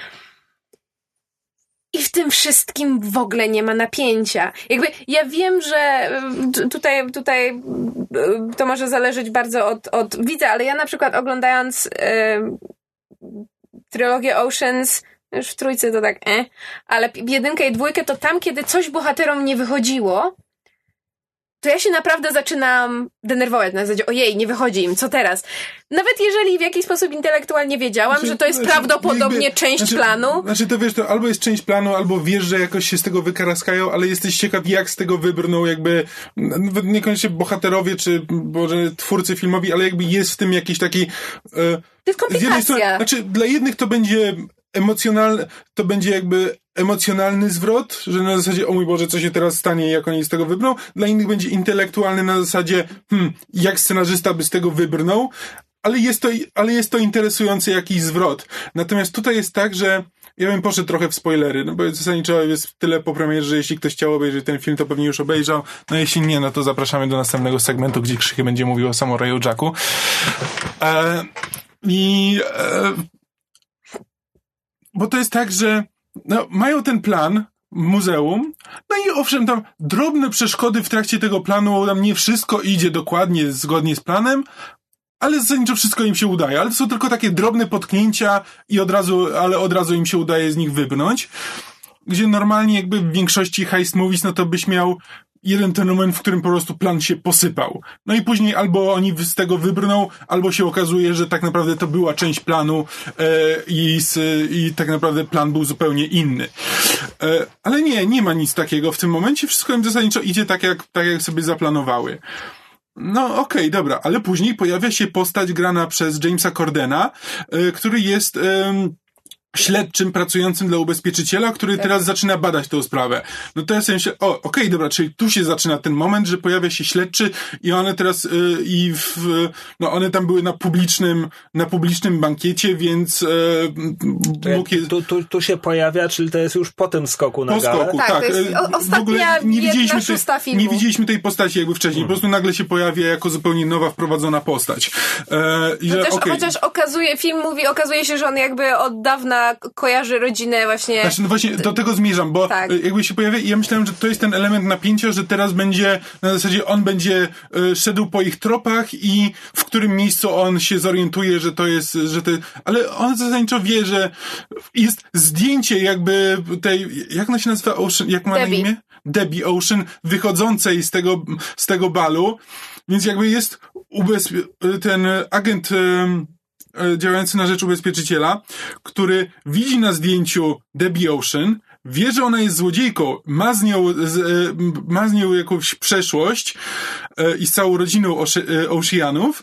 I w tym wszystkim w ogóle nie ma napięcia. Jakby ja wiem, że tutaj, tutaj to może zależeć bardzo od, od widza, ale ja na przykład oglądając yy, trylogię Oceans, już w trójce to tak eh, ale jedynkę i dwójkę to tam, kiedy coś bohaterom nie wychodziło, to ja się naprawdę zaczynam denerwować na zasadzie, ojej, nie wychodzi im, co teraz? Nawet jeżeli w jakiś sposób intelektualnie wiedziałam, znaczy, że to jest znaczy, prawdopodobnie jakby, część znaczy, planu. Znaczy to wiesz, to albo jest część planu, albo wiesz, że jakoś się z tego wykaraskają, ale jesteś ciekaw, jak z tego wybrną jakby, nawet niekoniecznie bohaterowie, czy może twórcy filmowi, ale jakby jest w tym jakiś taki... E, to jest komplikacja. Strony, znaczy dla jednych to będzie emocjonalne, to będzie jakby emocjonalny zwrot, że na zasadzie, o mój Boże, co się teraz stanie, jak oni z tego wybrną. Dla innych będzie intelektualny na zasadzie, hmm, jak scenarzysta by z tego wybrnął, ale jest to, ale jest to interesujący jakiś zwrot. Natomiast tutaj jest tak, że ja bym poszedł trochę w spoilery, no bo zasadniczo jest tyle po premierze, że jeśli ktoś chciał obejrzeć ten film, to pewnie już obejrzał. No jeśli nie, no to zapraszamy do następnego segmentu, gdzie Krzychy będzie mówił o Samuraju Jacku. E, I... E, bo to jest tak, że no, mają ten plan w muzeum, no i owszem, tam drobne przeszkody w trakcie tego planu, tam nie wszystko idzie dokładnie, zgodnie z planem, ale zasadniczo wszystko im się udaje, ale to są tylko takie drobne potknięcia i od razu, ale od razu im się udaje z nich wybrnąć, gdzie normalnie jakby w większości heist movies, no to byś miał jeden ten moment, w którym po prostu plan się posypał. No i później albo oni z tego wybrną, albo się okazuje, że tak naprawdę to była część planu e, i, z, i tak naprawdę plan był zupełnie inny. E, ale nie, nie ma nic takiego w tym momencie. Wszystko im zasadniczo idzie tak, jak, tak jak sobie zaplanowały. No okej, okay, dobra, ale później pojawia się postać grana przez Jamesa Cordena, e, który jest... E, śledczym pracującym dla ubezpieczyciela, który tak. teraz zaczyna badać tę sprawę. No to ja sobie myślę, o, okej, okay, dobra, czyli tu się zaczyna ten moment, że pojawia się śledczy i one teraz yy, i w, no one tam były na publicznym na publicznym bankiecie, więc yy, mógł je... tu, tu, tu się pojawia, czyli to jest już po tym skoku na po galę. skoku, tak. tak. To jest o, ostatnia, w ogóle nie widzieliśmy, tej, nie widzieliśmy tej postaci jakby wcześniej. Hmm. Po prostu nagle się pojawia jako zupełnie nowa, wprowadzona postać. E, i no że, też, okay. Chociaż okazuje, film mówi, okazuje się, że on jakby od dawna kojarzy rodzinę właśnie... Znaczy, no właśnie do tego zmierzam, bo tak. jakby się pojawia i ja myślałem, że to jest ten element napięcia, że teraz będzie, na zasadzie on będzie y, szedł po ich tropach i w którym miejscu on się zorientuje, że to jest, że to ale on zasadniczo wie, że jest zdjęcie jakby tej, jak ona się nazywa? Ocean, jak ma Debbie. na imię? Debbie Ocean, wychodzącej z tego, z tego balu, więc jakby jest ubezpie- ten agent... Y, działający na rzecz ubezpieczyciela, który widzi na zdjęciu Debbie Ocean, wie, że ona jest złodziejką, ma z nią, z, ma z nią jakąś przeszłość i z całą rodziną Oceanów,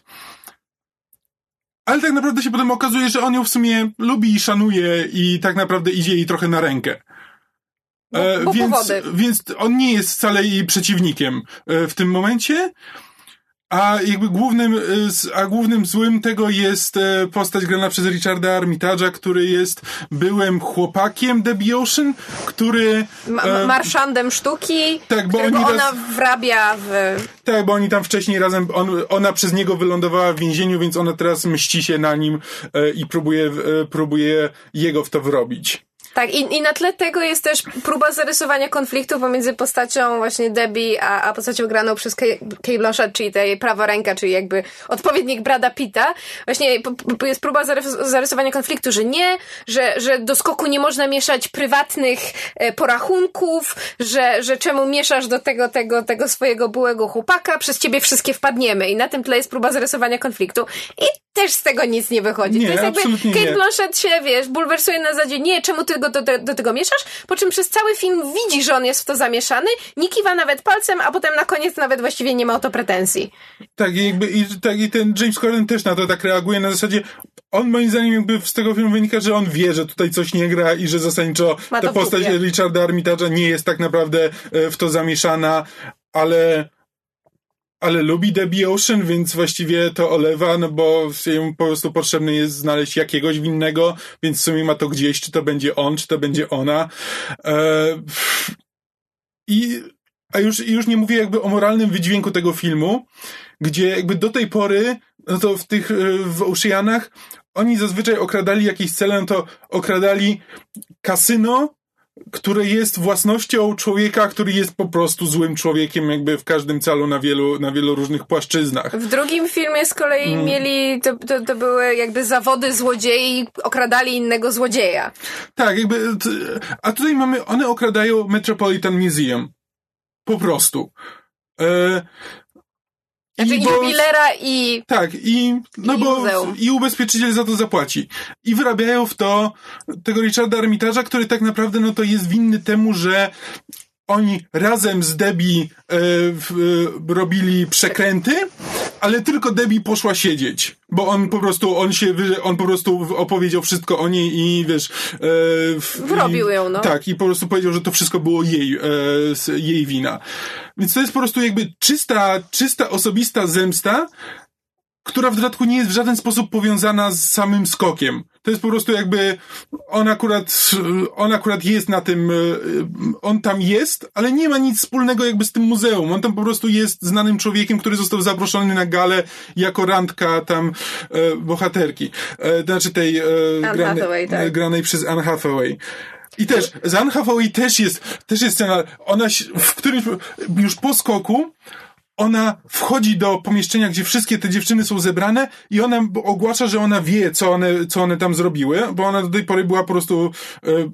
ale tak naprawdę się potem okazuje, że on ją w sumie lubi i szanuje i tak naprawdę idzie jej trochę na rękę. Bo, bo więc, powody. więc on nie jest wcale jej przeciwnikiem w tym momencie. A jakby głównym, a głównym złym tego jest postać grana przez Richarda Armitage'a, który jest byłym chłopakiem Debbie Ocean, który... Ma- e, marszandem sztuki, tak, bo którego oni ona raz, wrabia w... Tak, bo oni tam wcześniej razem, on, ona przez niego wylądowała w więzieniu, więc ona teraz mści się na nim e, i próbuje, e, próbuje jego w to wrobić. Tak, i, i na tle tego jest też próba zarysowania konfliktu pomiędzy postacią właśnie Debbie, a, a postacią graną przez Cate Blanchett, czyli ta jej prawa ręka, czyli jakby odpowiednik Brada Pitta. Właśnie po, po, jest próba zarys- zarysowania konfliktu, że nie, że, że do skoku nie można mieszać prywatnych e, porachunków, że, że czemu mieszasz do tego, tego, tego swojego byłego chłopaka, przez ciebie wszystkie wpadniemy. I na tym tle jest próba zarysowania konfliktu. I też z tego nic nie wychodzi. Nie, to jest jakby Cate nie. Blanchett się, wiesz, bulwersuje na zasadzie, nie, czemu ty go do, do, do tego mieszasz? Po czym przez cały film widzi, że on jest w to zamieszany, nie kiwa nawet palcem, a potem na koniec nawet właściwie nie ma o to pretensji. Tak, i jakby i, tak, i ten James Corden też na to tak reaguje, na zasadzie on moim zdaniem jakby z tego filmu wynika, że on wie, że tutaj coś nie gra i że zasadniczo ta postać Richarda Armitage'a nie jest tak naprawdę w to zamieszana, ale ale lubi Debbie Ocean, więc właściwie to olewa, no bo jemu po prostu potrzebne jest znaleźć jakiegoś winnego, więc w sumie ma to gdzieś, czy to będzie on, czy to będzie ona. Eee, I a już, już nie mówię jakby o moralnym wydźwięku tego filmu, gdzie jakby do tej pory, no to w tych, w Oceanach oni zazwyczaj okradali jakieś cele, no to okradali kasyno, które jest własnością człowieka, który jest po prostu złym człowiekiem jakby w każdym calu na wielu, na wielu różnych płaszczyznach. W drugim filmie z kolei hmm. mieli, to, to, to były jakby zawody złodziei, okradali innego złodzieja. Tak, jakby, a tutaj mamy, one okradają Metropolitan Museum. Po prostu. E, Znaczy i bo, jubilera i... Tak, i, no i bo muzeum. I ubezpieczyciel za to zapłaci. I wyrabiają w to tego Richarda Armitage'a, który tak naprawdę no to jest winny temu, że oni razem z Debbie e, w, e, robili przekręty, ale tylko Debbie poszła siedzieć, bo on po prostu, on się, on po prostu opowiedział wszystko o niej i wiesz... E, w, Wrobił i, ją, no. Tak, i po prostu powiedział, że to wszystko było jej, e, jej wina. Więc to jest po prostu jakby czysta, czysta osobista zemsta, która w dodatku nie jest w żaden sposób powiązana z samym skokiem. To jest po prostu jakby, on akurat, on akurat jest na tym, on tam jest, ale nie ma nic wspólnego jakby z tym muzeum. On tam po prostu jest znanym człowiekiem, który został zaproszony na galę jako randka tam e, bohaterki. E, znaczy tej e, granej, Hathaway, tak. granej przez Anne Hathaway. I też, z Anne Hathaway też jest, też jest scena, ona w którymś, już po skoku, ona wchodzi do pomieszczenia, gdzie wszystkie te dziewczyny są zebrane i ona ogłasza, że ona wie, co one, co one tam zrobiły, bo ona do tej pory była po prostu e,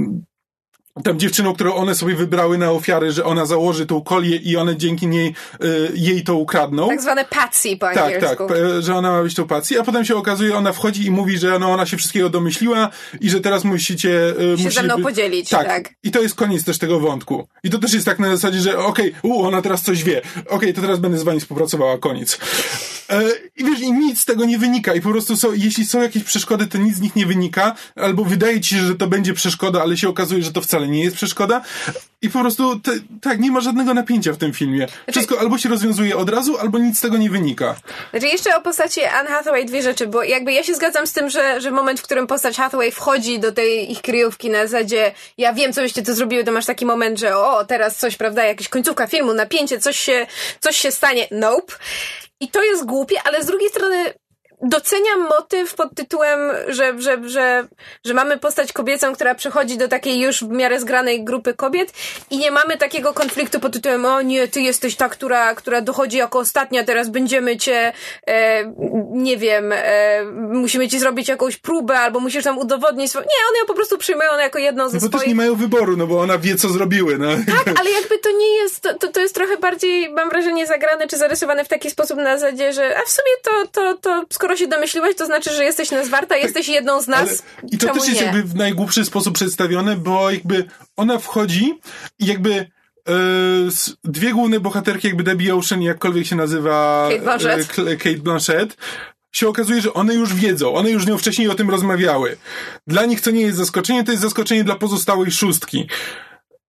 tam dziewczyną, którą one sobie wybrały na ofiary, że ona założy tą kolię i one dzięki niej y, jej to ukradną. Tak zwane patsy po tak, angielsku. Tak, tak, że ona ma być tą patsy, a potem się okazuje, ona wchodzi i mówi, że no, ona się wszystkiego domyśliła i że teraz musicie... Y, się musi ze mną by... podzielić. Tak. tak, i to jest koniec też tego wątku. I to też jest tak na zasadzie, że okej, okay, u, ona teraz coś wie. Okej, okay, to teraz będę z wami współpracowała, koniec. E, I wiesz, i nic z tego nie wynika i po prostu są, jeśli są jakieś przeszkody, to nic z nich nie wynika, albo wydaje ci się, że to będzie przeszkoda, ale się okazuje, że to wcale nie jest przeszkoda. I po prostu, te, tak, nie ma żadnego napięcia w tym filmie. Wszystko znaczy, albo się rozwiązuje od razu, albo nic z tego nie wynika. Znaczy jeszcze o postaci Anne Hathaway dwie rzeczy, bo jakby ja się zgadzam z tym, że, że moment, w którym postać Hathaway wchodzi do tej ich kryjówki na zasadzie ja wiem, co byście tu zrobiły, to masz taki moment, że o, teraz coś, prawda, jakaś końcówka filmu, napięcie, coś się, coś się stanie. Nope. I to jest głupie, ale z drugiej strony doceniam motyw pod tytułem, że, że, że, że mamy postać kobiecą, która przechodzi do takiej już w miarę zgranej grupy kobiet i nie mamy takiego konfliktu pod tytułem o nie, ty jesteś ta, która, która dochodzi jako ostatnia, teraz będziemy cię e, nie wiem, e, musimy ci zrobić jakąś próbę albo musisz nam udowodnić. Nie, one ją po prostu przyjmują jako jedną ze no bo swoich. Też nie mają wyboru, no bo ona wie, co zrobiły. No. Tak, ale jakby to nie jest, to, to jest trochę bardziej, mam wrażenie, zagrane czy zarysowane w taki sposób na zasadzie, że a w sumie to, to, to skoro się domyśliłeś, to znaczy, że jesteś nas warta, tak, jesteś jedną z nas. Ale, I to Czemu też jest nie? jakby w najgłupszy sposób przedstawione, bo jakby ona wchodzi i jakby e, dwie główne bohaterki, jakby Debbie Ocean, jakkolwiek się nazywa Cate Blanchett. E, Cate Blanchett, się okazuje, że one już wiedzą, one już z nią wcześniej o tym rozmawiały. Dla nich to nie jest zaskoczenie, to jest zaskoczenie dla pozostałej szóstki.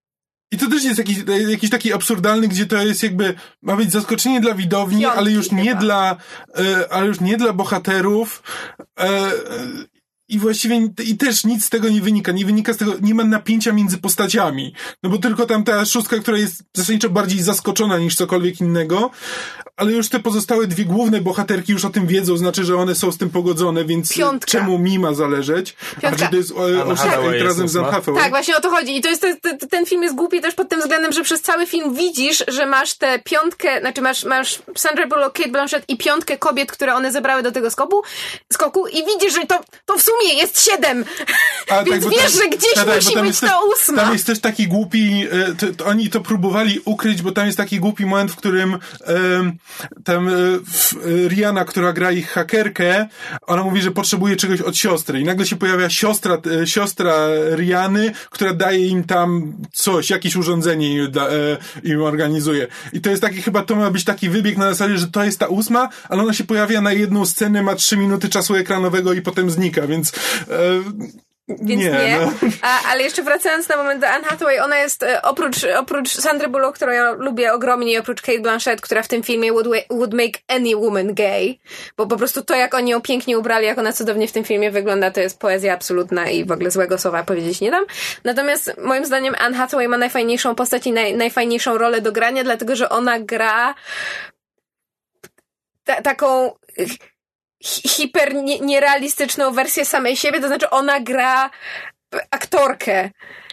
I to też jest jakiś, jakiś taki absurdalny, gdzie to jest jakby, ma być zaskoczenie dla widowni, Piątki ale już nie chyba. dla, e, ale już nie dla bohaterów. E, e, I właściwie i też nic z tego nie wynika. Nie wynika z tego, nie ma napięcia między postaciami. No bo tylko tam ta szóstka, która jest zasadniczo bardziej zaskoczona niż cokolwiek innego, ale już te pozostałe dwie główne bohaterki już o tym wiedzą, znaczy, że one są z tym pogodzone, więc Piątka. czemu mi ma zależeć? Piątka. A to jest o, o Hathaway razem jest z Anne ósma. Hathaway. Tak, właśnie o to chodzi. I to jest, to, to, ten film jest głupi też pod tym względem, że przez cały film widzisz, że masz tę piątkę, znaczy masz, masz Sandra Bullock, Cate Blanchett i piątkę kobiet, które one zebrały do tego skoku, skoku i widzisz, że to, to w sumie jest siedem. A, Więc tak, bo wiesz, tam- że gdzieś tak, tak, musi bo tam być jest ta też- ósma. Tam jest też taki głupi, e, to, to oni to próbowali ukryć, bo tam jest taki głupi moment, w którym e, tam e, w, e, Rihanna, która gra ich hakerkę, ona mówi, że potrzebuje czegoś od siostry i nagle się pojawia siostra, e, siostra Rihanny, która daje im tam coś, jakieś urządzenie im, da, e, im organizuje. I to jest taki, chyba to ma być taki wybieg na zasadzie, że to jest ta ósma, ale ona się pojawia na jedną scenę, ma trzy minuty czasu ekranowego i potem znika, więc e, Więc nie. nie no. A, ale jeszcze wracając na moment do Anne Hathaway, ona jest e, oprócz, oprócz Sandry Bullock, którą ja lubię ogromnie, i oprócz Cate Blanchett, która w tym filmie would, wa- would make any woman gay, bo po prostu to, jak oni ją pięknie ubrali, jak ona cudownie w tym filmie wygląda, to jest poezja absolutna i w ogóle złego słowa powiedzieć nie dam. Natomiast moim zdaniem Anne Hathaway ma najfajniejszą postać i naj, najfajniejszą rolę do grania, dlatego, że ona gra ta, taką hi- hiper nie, nierealistyczną wersję samej siebie, to znaczy ona gra aktorkę,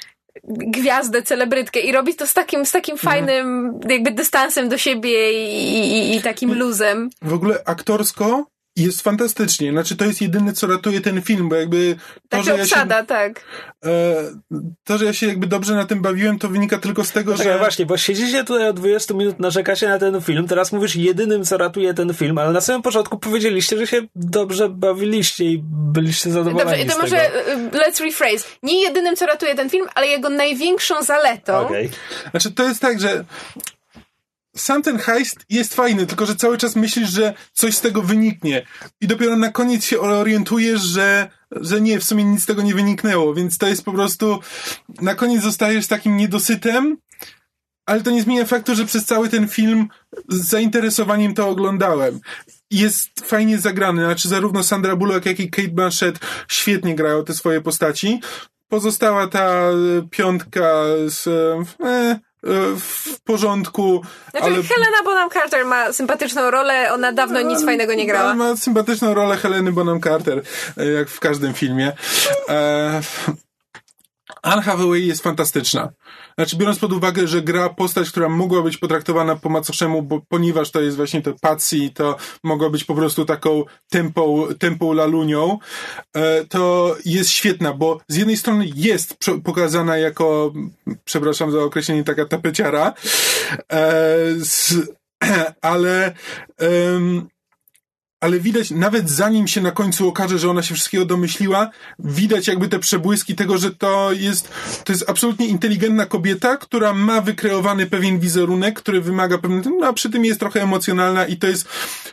gwiazdę, celebrytkę i robi to z takim, z takim fajnym jakby dystansem do siebie i, i, i takim luzem. W ogóle aktorsko jest fantastycznie. Znaczy, to jest jedyne, co ratuje ten film, bo jakby to, Taka że ja obsada, się, tak. e, to, że ja się jakby dobrze na tym bawiłem, to wynika tylko z tego, No tak, że... właśnie, bo siedzicie tutaj od dwudziestu minut, narzekacie na ten film, teraz mówisz jedynym, co ratuje ten film, ale na samym początku powiedzieliście, że się dobrze bawiliście i byliście zadowoleni Dobrze, to z tego. może y, let's rephrase. Nie jedynym, co ratuje ten film, ale jego największą zaletą. Okej. Znaczy, to jest tak, że sam ten heist jest fajny, tylko że cały czas myślisz, że coś z tego wyniknie. I dopiero na koniec się orientujesz, że, że nie, w sumie nic z tego nie wyniknęło. Więc to jest po prostu... Na koniec zostajesz z takim niedosytem, ale to nie zmienia faktu, że przez cały ten film z zainteresowaniem to oglądałem. Jest fajnie zagrany. Znaczy, zarówno Sandra Bullock, jak i Cate Blanchett świetnie grają te swoje postaci. Pozostała ta e, piątka z... E, w porządku. Znaczy ale, Helena Bonham Carter ma sympatyczną rolę, ona dawno nic fajnego nie grała. ale ma sympatyczną rolę Heleny Bonham Carter, jak w każdym filmie. E, Anne Hathaway jest fantastyczna. Znaczy, biorąc pod uwagę, że gra postać, która mogła być potraktowana po macoszemu, bo, ponieważ to jest właśnie to Patsy, to mogła być po prostu taką tempą, tempą lalunią, e, to jest świetna, bo z jednej strony jest pr- pokazana jako, przepraszam za określenie, taka tapeciara, e, z, ale em, ale widać, nawet zanim się na końcu okaże, że ona się wszystkiego domyśliła, widać jakby te przebłyski tego, że to jest, to jest absolutnie inteligentna kobieta, która ma wykreowany pewien wizerunek, który wymaga pewnego, a przy tym jest trochę emocjonalna i to jest,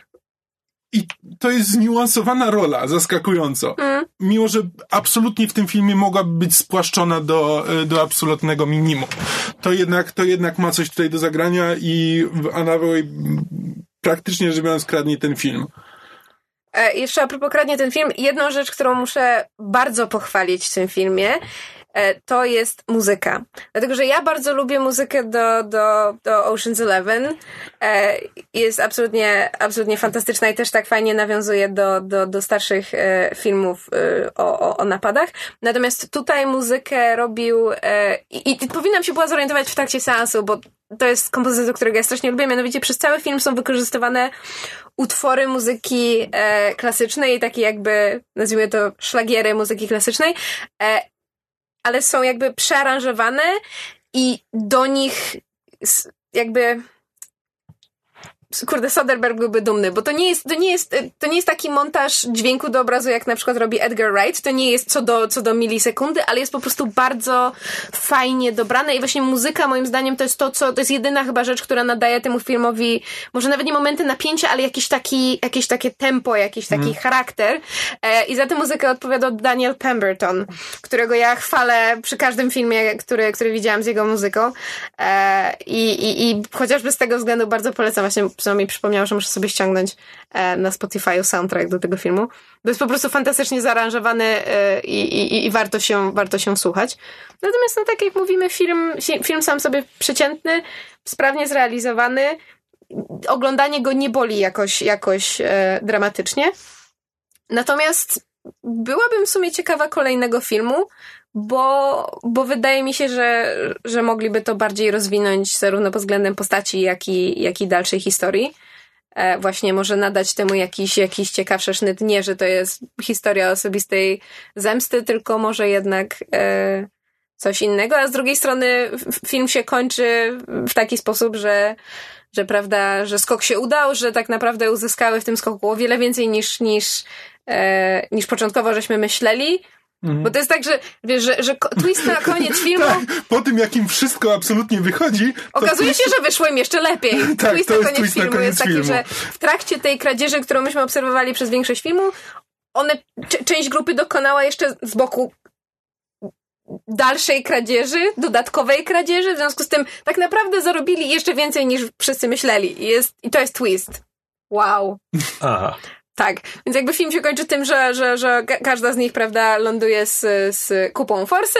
i to jest zniuansowana rola, zaskakująco. Mm. Mimo, że absolutnie w tym filmie mogłaby być spłaszczona do, do absolutnego minimum. To jednak, to jednak ma coś tutaj do zagrania i Anne Hathaway praktycznie rzecz biorąc kradnie ten film. E, jeszcze a propos kradnie ten film, jedną rzecz, którą muszę bardzo pochwalić w tym filmie, e, to jest muzyka. Dlatego, że ja bardzo lubię muzykę do, do, do Ocean's Eleven. E, jest absolutnie, absolutnie fantastyczna i też tak fajnie nawiązuje do, do, do starszych e, filmów e, o, o, o napadach. Natomiast tutaj muzykę robił e, i, i powinnam się była zorientować w trakcie seansu, bo to jest kompozytor, którego ja strasznie lubię. Mianowicie przez cały film są wykorzystywane utwory muzyki e, klasycznej, takie jakby, nazwijmy to, szlagiery muzyki klasycznej, e, ale są jakby przearanżowane i do nich jakby kurde, Soderbergh byłby dumny, bo to nie jest, to nie jest, to nie jest taki montaż dźwięku do obrazu, jak na przykład robi Edgar Wright, to nie jest co do, co do milisekundy, ale jest po prostu bardzo fajnie dobrane i właśnie muzyka, moim zdaniem, to jest to, co, to jest jedyna chyba rzecz, która nadaje temu filmowi, może nawet nie momenty napięcia, ale jakiś taki, jakieś takie tempo, jakiś taki mm. charakter. E, I za tę muzykę odpowiadał Daniel Pemberton, którego ja chwalę przy każdym filmie, który, który widziałam z jego muzyką. E, i, i, I chociażby z tego względu bardzo polecam. Właśnie mi przypomniało, że muszę sobie ściągnąć e, na Spotify soundtrack do tego filmu. To jest po prostu fantastycznie zaaranżowany e, i, i, i warto się, warto się słuchać. Natomiast, no tak jak mówimy, film, film sam sobie przeciętny, sprawnie zrealizowany. Oglądanie go nie boli jakoś, jakoś e, dramatycznie. Natomiast byłabym w sumie ciekawa kolejnego filmu, bo, bo wydaje mi się, że, że mogliby to bardziej rozwinąć zarówno pod względem postaci, jak i, jak i dalszej historii. E, właśnie może nadać temu jakiś, jakiś ciekawszy sznyt. Nie, że to jest historia osobistej zemsty, tylko może jednak e, coś innego. A z drugiej strony film się kończy w taki sposób, że że prawda, że skok się udał, że tak naprawdę uzyskały w tym skoku o wiele więcej niż, niż, e, niż początkowo żeśmy myśleli. Mhm. Bo to jest tak, że wiesz, że, że twist na koniec filmu... Tak, po tym jak im wszystko absolutnie wychodzi... Okazuje twist... się, że wyszło im jeszcze lepiej. Tak, twist to na jest koniec twist filmu na koniec jest taki, filmu. że w trakcie tej kradzieży, którą myśmy obserwowali przez większość filmu, one, c- część grupy dokonała jeszcze z boku dalszej kradzieży, dodatkowej kradzieży, w związku z tym tak naprawdę zarobili jeszcze więcej niż wszyscy myśleli. I, jest, i to jest twist. Wow. Aha. Tak, więc jakby film się kończy tym, że, że, że każda z nich, prawda, ląduje z, z kupą forsy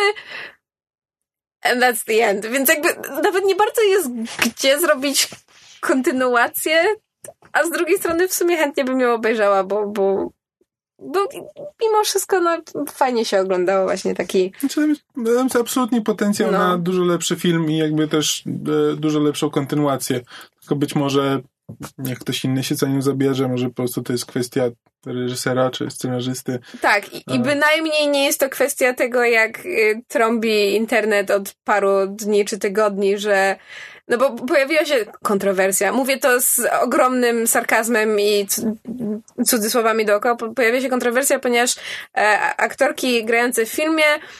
and that's the end. Więc jakby nawet nie bardzo jest gdzie zrobić kontynuację, a z drugiej strony w sumie chętnie bym ją obejrzała, bo, bo Bo mimo wszystko no, fajnie się oglądało właśnie taki... Znaczy, tam jest absolutnie potencjał no. na dużo lepszy film i jakby też e, dużo lepszą kontynuację. Tylko być może niech ktoś inny się za nią zabierze, może po prostu to jest kwestia reżysera czy scenarzysty. Tak, i, i bynajmniej nie jest to kwestia tego, jak y, trąbi internet od paru dni czy tygodni, że no bo pojawiła się kontrowersja. Mówię to z ogromnym sarkazmem i cudzysłowami dookoła. Pojawiła się kontrowersja, ponieważ e, aktorki grające w filmie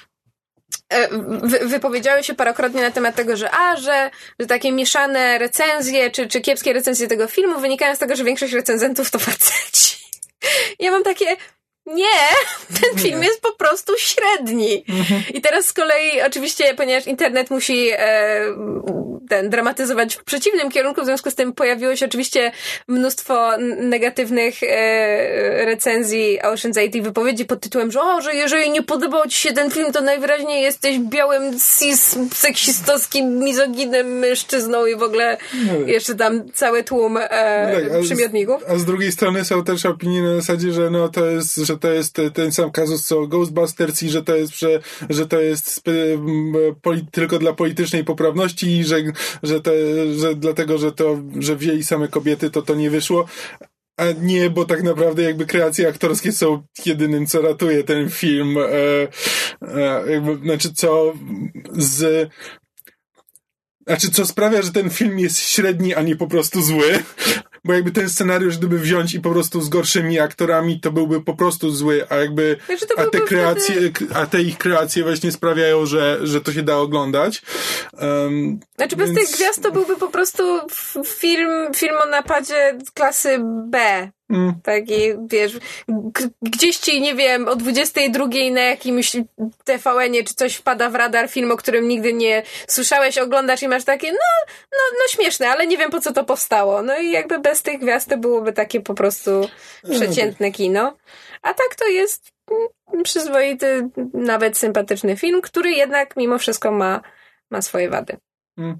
e, wy, wypowiedziały się parokrotnie na temat tego, że a, że, że takie mieszane recenzje, czy, czy kiepskie recenzje tego filmu wynikają z tego, że większość recenzentów to faceci. Ja mam takie... Nie, ten film jest po prostu średni. Mhm. I teraz z kolei oczywiście, ponieważ internet musi e, ten, dramatyzować w przeciwnym kierunku, w związku z tym pojawiło się oczywiście mnóstwo negatywnych e, recenzji Ocean's Eight i wypowiedzi pod tytułem, że o, że jeżeli nie podobał ci się ten film, to najwyraźniej jesteś białym cis seksistowskim mizoginem mężczyzną i w ogóle no jeszcze tam cały tłum e, no tak, przymiotników. A z, a z drugiej strony są też opinie na zasadzie, że no to jest, że to jest ten sam kazus co Ghostbusters i że to jest, że, że to jest spe, poli, tylko dla politycznej poprawności i że, że, to, że dlatego, że to, że wzięli same kobiety, to to nie wyszło. A nie, bo tak naprawdę jakby kreacje aktorskie są jedynym, co ratuje ten film. E, e, jakby, znaczy co z... Znaczy, co sprawia, że ten film jest średni, a nie po prostu zły. Bo jakby ten scenariusz, gdyby wziąć i po prostu z gorszymi aktorami, to byłby po prostu zły, a jakby znaczy, a te kreacje, wtedy... a te ich kreacje właśnie sprawiają, że, że to się da oglądać. Um, znaczy bez więc... tych gwiazd to byłby po prostu film, film o napadzie klasy B. Mm. Taki, wiesz, g- gdzieś ci, nie wiem, o dwudziestej drugiej na jakimś T V N-ie czy coś wpada w radar film, o którym nigdy nie słyszałeś, oglądasz i masz takie, no, no, no śmieszne, ale nie wiem po co to powstało. No i jakby bez tych gwiazd to byłoby takie po prostu przeciętne kino. A tak to jest przyzwoity, nawet sympatyczny film, który jednak mimo wszystko ma, ma swoje wady. Mm.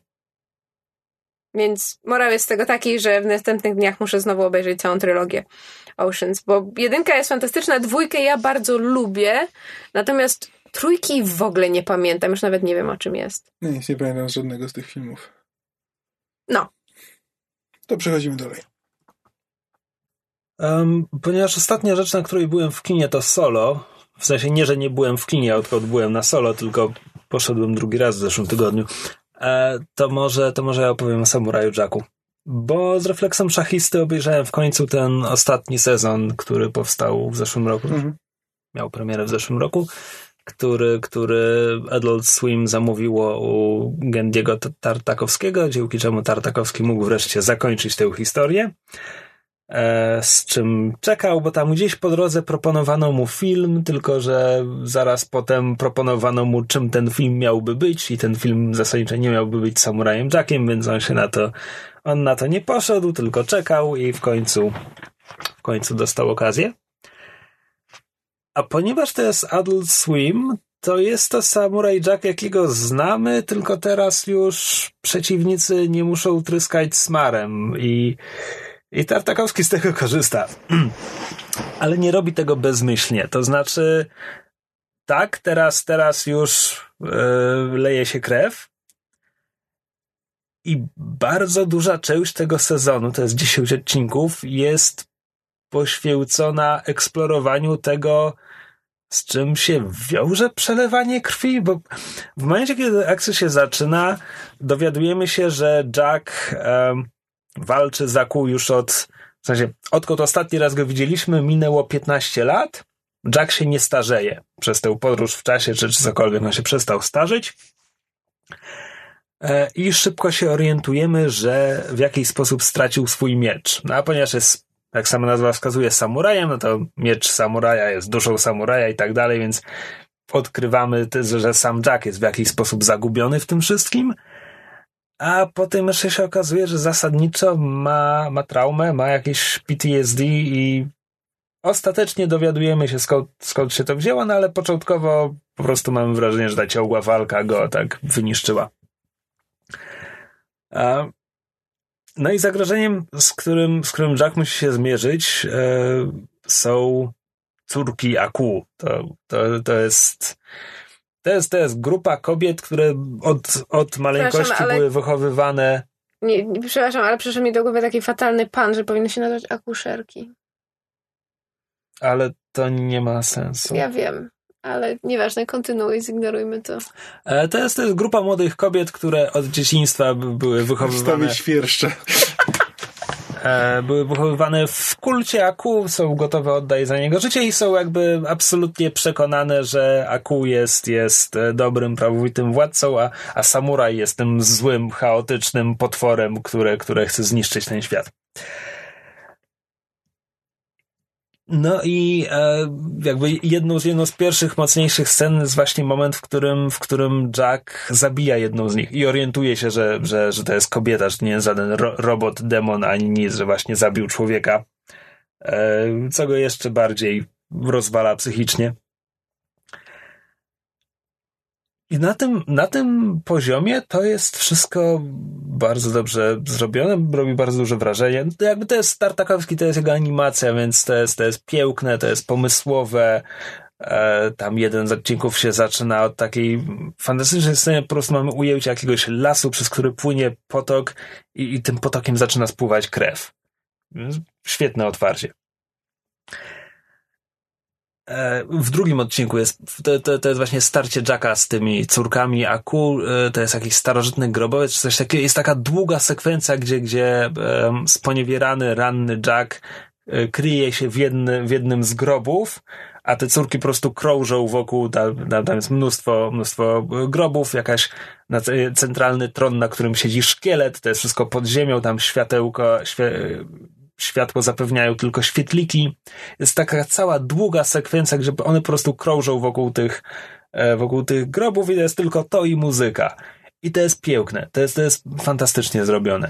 Więc morał jest z tego taki, że w następnych dniach muszę znowu obejrzeć całą trylogię Oceans, bo jedynka jest fantastyczna, dwójkę ja bardzo lubię, natomiast trójki w ogóle nie pamiętam, już nawet nie wiem o czym jest. Nie, nie pamiętam żadnego z tych filmów. No. To przechodzimy dalej. Um, ponieważ ostatnia rzecz, na której byłem w kinie, to Solo. W sensie nie, że nie byłem w kinie, odkąd byłem na Solo, tylko poszedłem drugi raz w zeszłym tygodniu. E, to może to może ja opowiem o Samuraju Jacku. Bo z refleksem szachisty obejrzałem w końcu ten ostatni sezon, który powstał w zeszłym roku. Mhm. Miał premierę w zeszłym roku, który, który Adult Swim zamówiło u Gendiego Tartakowskiego, dzięki czemu Tartakowski mógł wreszcie zakończyć tę historię. E, z czym czekał, bo tam gdzieś po drodze proponowano mu film, tylko że zaraz potem proponowano mu, czym ten film miałby być i ten film zasadniczo nie miałby być Samurajem Jackiem, więc on się na to on na to nie poszedł, tylko czekał i w końcu w końcu dostał okazję. A ponieważ to jest Adult Swim, to jest to Samuraj Jack, jakiego znamy, tylko teraz już przeciwnicy nie muszą tryskać smarem i I Tartakowski z tego korzysta. Ale nie robi tego bezmyślnie. To znaczy, tak, teraz, teraz już yy, leje się krew. I bardzo duża część tego sezonu, to jest dziesięć odcinków, jest poświęcona eksplorowaniu tego, z czym się wiąże przelewanie krwi, bo w momencie, kiedy akcja się zaczyna, dowiadujemy się, że Jack yy, walczy z Aku już od, w sensie, odkąd ostatni raz go widzieliśmy, minęło piętnaście lat. Jack się nie starzeje przez tę podróż w czasie, czy, czy cokolwiek, on się przestał starzyć. E, I szybko się orientujemy, że w jakiś sposób stracił swój miecz. No a ponieważ jest, jak sama nazwa wskazuje, samurajem, no to miecz samuraja jest duszą samuraja i tak dalej, więc odkrywamy, że sam Jack jest w jakiś sposób zagubiony w tym wszystkim. A potem jeszcze się okazuje, że zasadniczo ma, ma traumę, ma jakieś P T S D i ostatecznie dowiadujemy się, skąd, skąd się to wzięło, no ale początkowo po prostu mamy wrażenie, że ta ciągła walka go tak wyniszczyła. A, no i zagrożeniem, z którym, z którym Jack musi się zmierzyć, e, są córki Aku. To, to, to jest... To jest, to jest grupa kobiet, które od, od maleńkości ale... były wychowywane... Nie, nie, przepraszam, ale przyszedł mi do głowy taki fatalny pan, że powinny się nazywać akuszerki. Ale to nie ma sensu. Ja wiem, ale nieważne, kontynuuj, zignorujmy to. E, to, jest, to jest grupa młodych kobiet, które od dzieciństwa były wychowywane... świerszcze. Były wychowywane w kulcie Aku, są gotowe oddać za niego życie i są jakby absolutnie przekonane, że Aku jest, jest dobrym, prawowitym władcą, a, a samuraj jest tym złym, chaotycznym potworem, które, które chce zniszczyć ten świat. No i e, jakby jedną z, jedną z pierwszych, mocniejszych scen jest właśnie moment, w którym, w którym Jack zabija jedną z nich i orientuje się, że, że, że to jest kobieta, że to nie jest żaden ro, robot, demon, ani nic, że właśnie zabił człowieka, e, co go jeszcze bardziej rozwala psychicznie. I na tym, na tym poziomie to jest wszystko bardzo dobrze zrobione, robi bardzo duże wrażenie. To jakby to jest Tartakowski, to jest jego animacja, więc to jest, to jest piękne, to jest pomysłowe. E, tam jeden z odcinków się zaczyna od takiej fantastycznej sceny, po prostu mamy ujęcie jakiegoś lasu, przez który płynie potok i, i tym potokiem zaczyna spływać krew. Świetne otwarcie. W drugim odcinku jest to, to, to jest właśnie starcie Jacka z tymi córkami Aku, to jest jakiś starożytny grobowiec, czy coś takiego. Jest taka długa sekwencja, gdzie, gdzie um, sponiewierany, ranny Jack um, kryje się w, jedny, w jednym z grobów, a te córki po prostu krążą wokół, tam, tam jest mnóstwo, mnóstwo grobów, jakaś na, centralny tron, na którym siedzi szkielet, to jest wszystko pod ziemią, tam światełko, świe, światło zapewniają tylko świetliki. Jest taka cała długa sekwencja, gdzie one po prostu krążą wokół tych, wokół tych grobów i to jest tylko to i muzyka. I to jest piękne. To jest, to jest fantastycznie zrobione.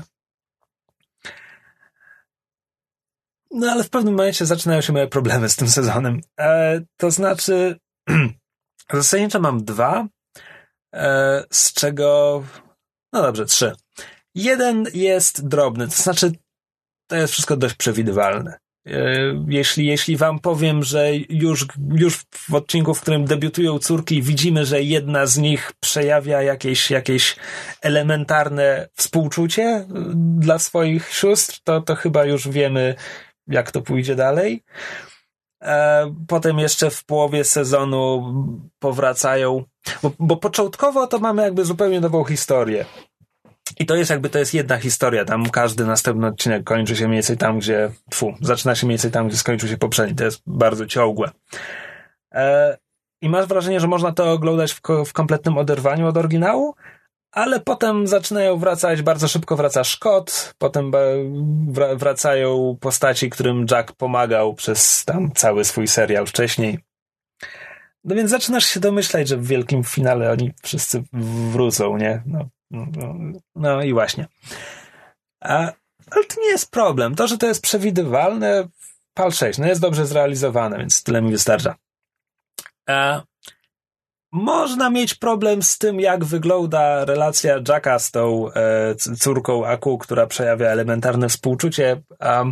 No ale w pewnym momencie zaczynają się moje problemy z tym sezonem. E, to znaczy zasadniczo mam dwa, e, z czego no dobrze, trzy. Jeden jest drobny, to znaczy to jest wszystko dość przewidywalne. Jeśli, jeśli wam powiem, że już, już w odcinku, w którym debiutują córki, widzimy, że jedna z nich przejawia jakieś, jakieś elementarne współczucie dla swoich sióstr, to, to chyba już wiemy, jak to pójdzie dalej. Potem jeszcze w połowie sezonu powracają, bo, bo początkowo to mamy jakby zupełnie nową historię. I to jest jakby, to jest jedna historia. Tam każdy następny odcinek kończy się mniej więcej tam, gdzie, tfu, zaczyna się mniej więcej tam, gdzie skończył się poprzedni. To jest bardzo ciągłe. E, I masz wrażenie, że można to oglądać w, w kompletnym oderwaniu od oryginału, ale potem zaczynają wracać, bardzo szybko wraca Scott, potem wra- wracają postaci, którym Jack pomagał przez tam cały swój serial wcześniej. No więc zaczynasz się domyślać, że w wielkim finale oni wszyscy wrócą, nie? No, no, no i właśnie. A, ale to nie jest problem. To, że to jest przewidywalne, pal sześć, no jest dobrze zrealizowane, więc tyle mi wystarcza. A można mieć problem z tym, jak wygląda relacja Jacka z tą e, córką Aku, która przejawia elementarne współczucie, um,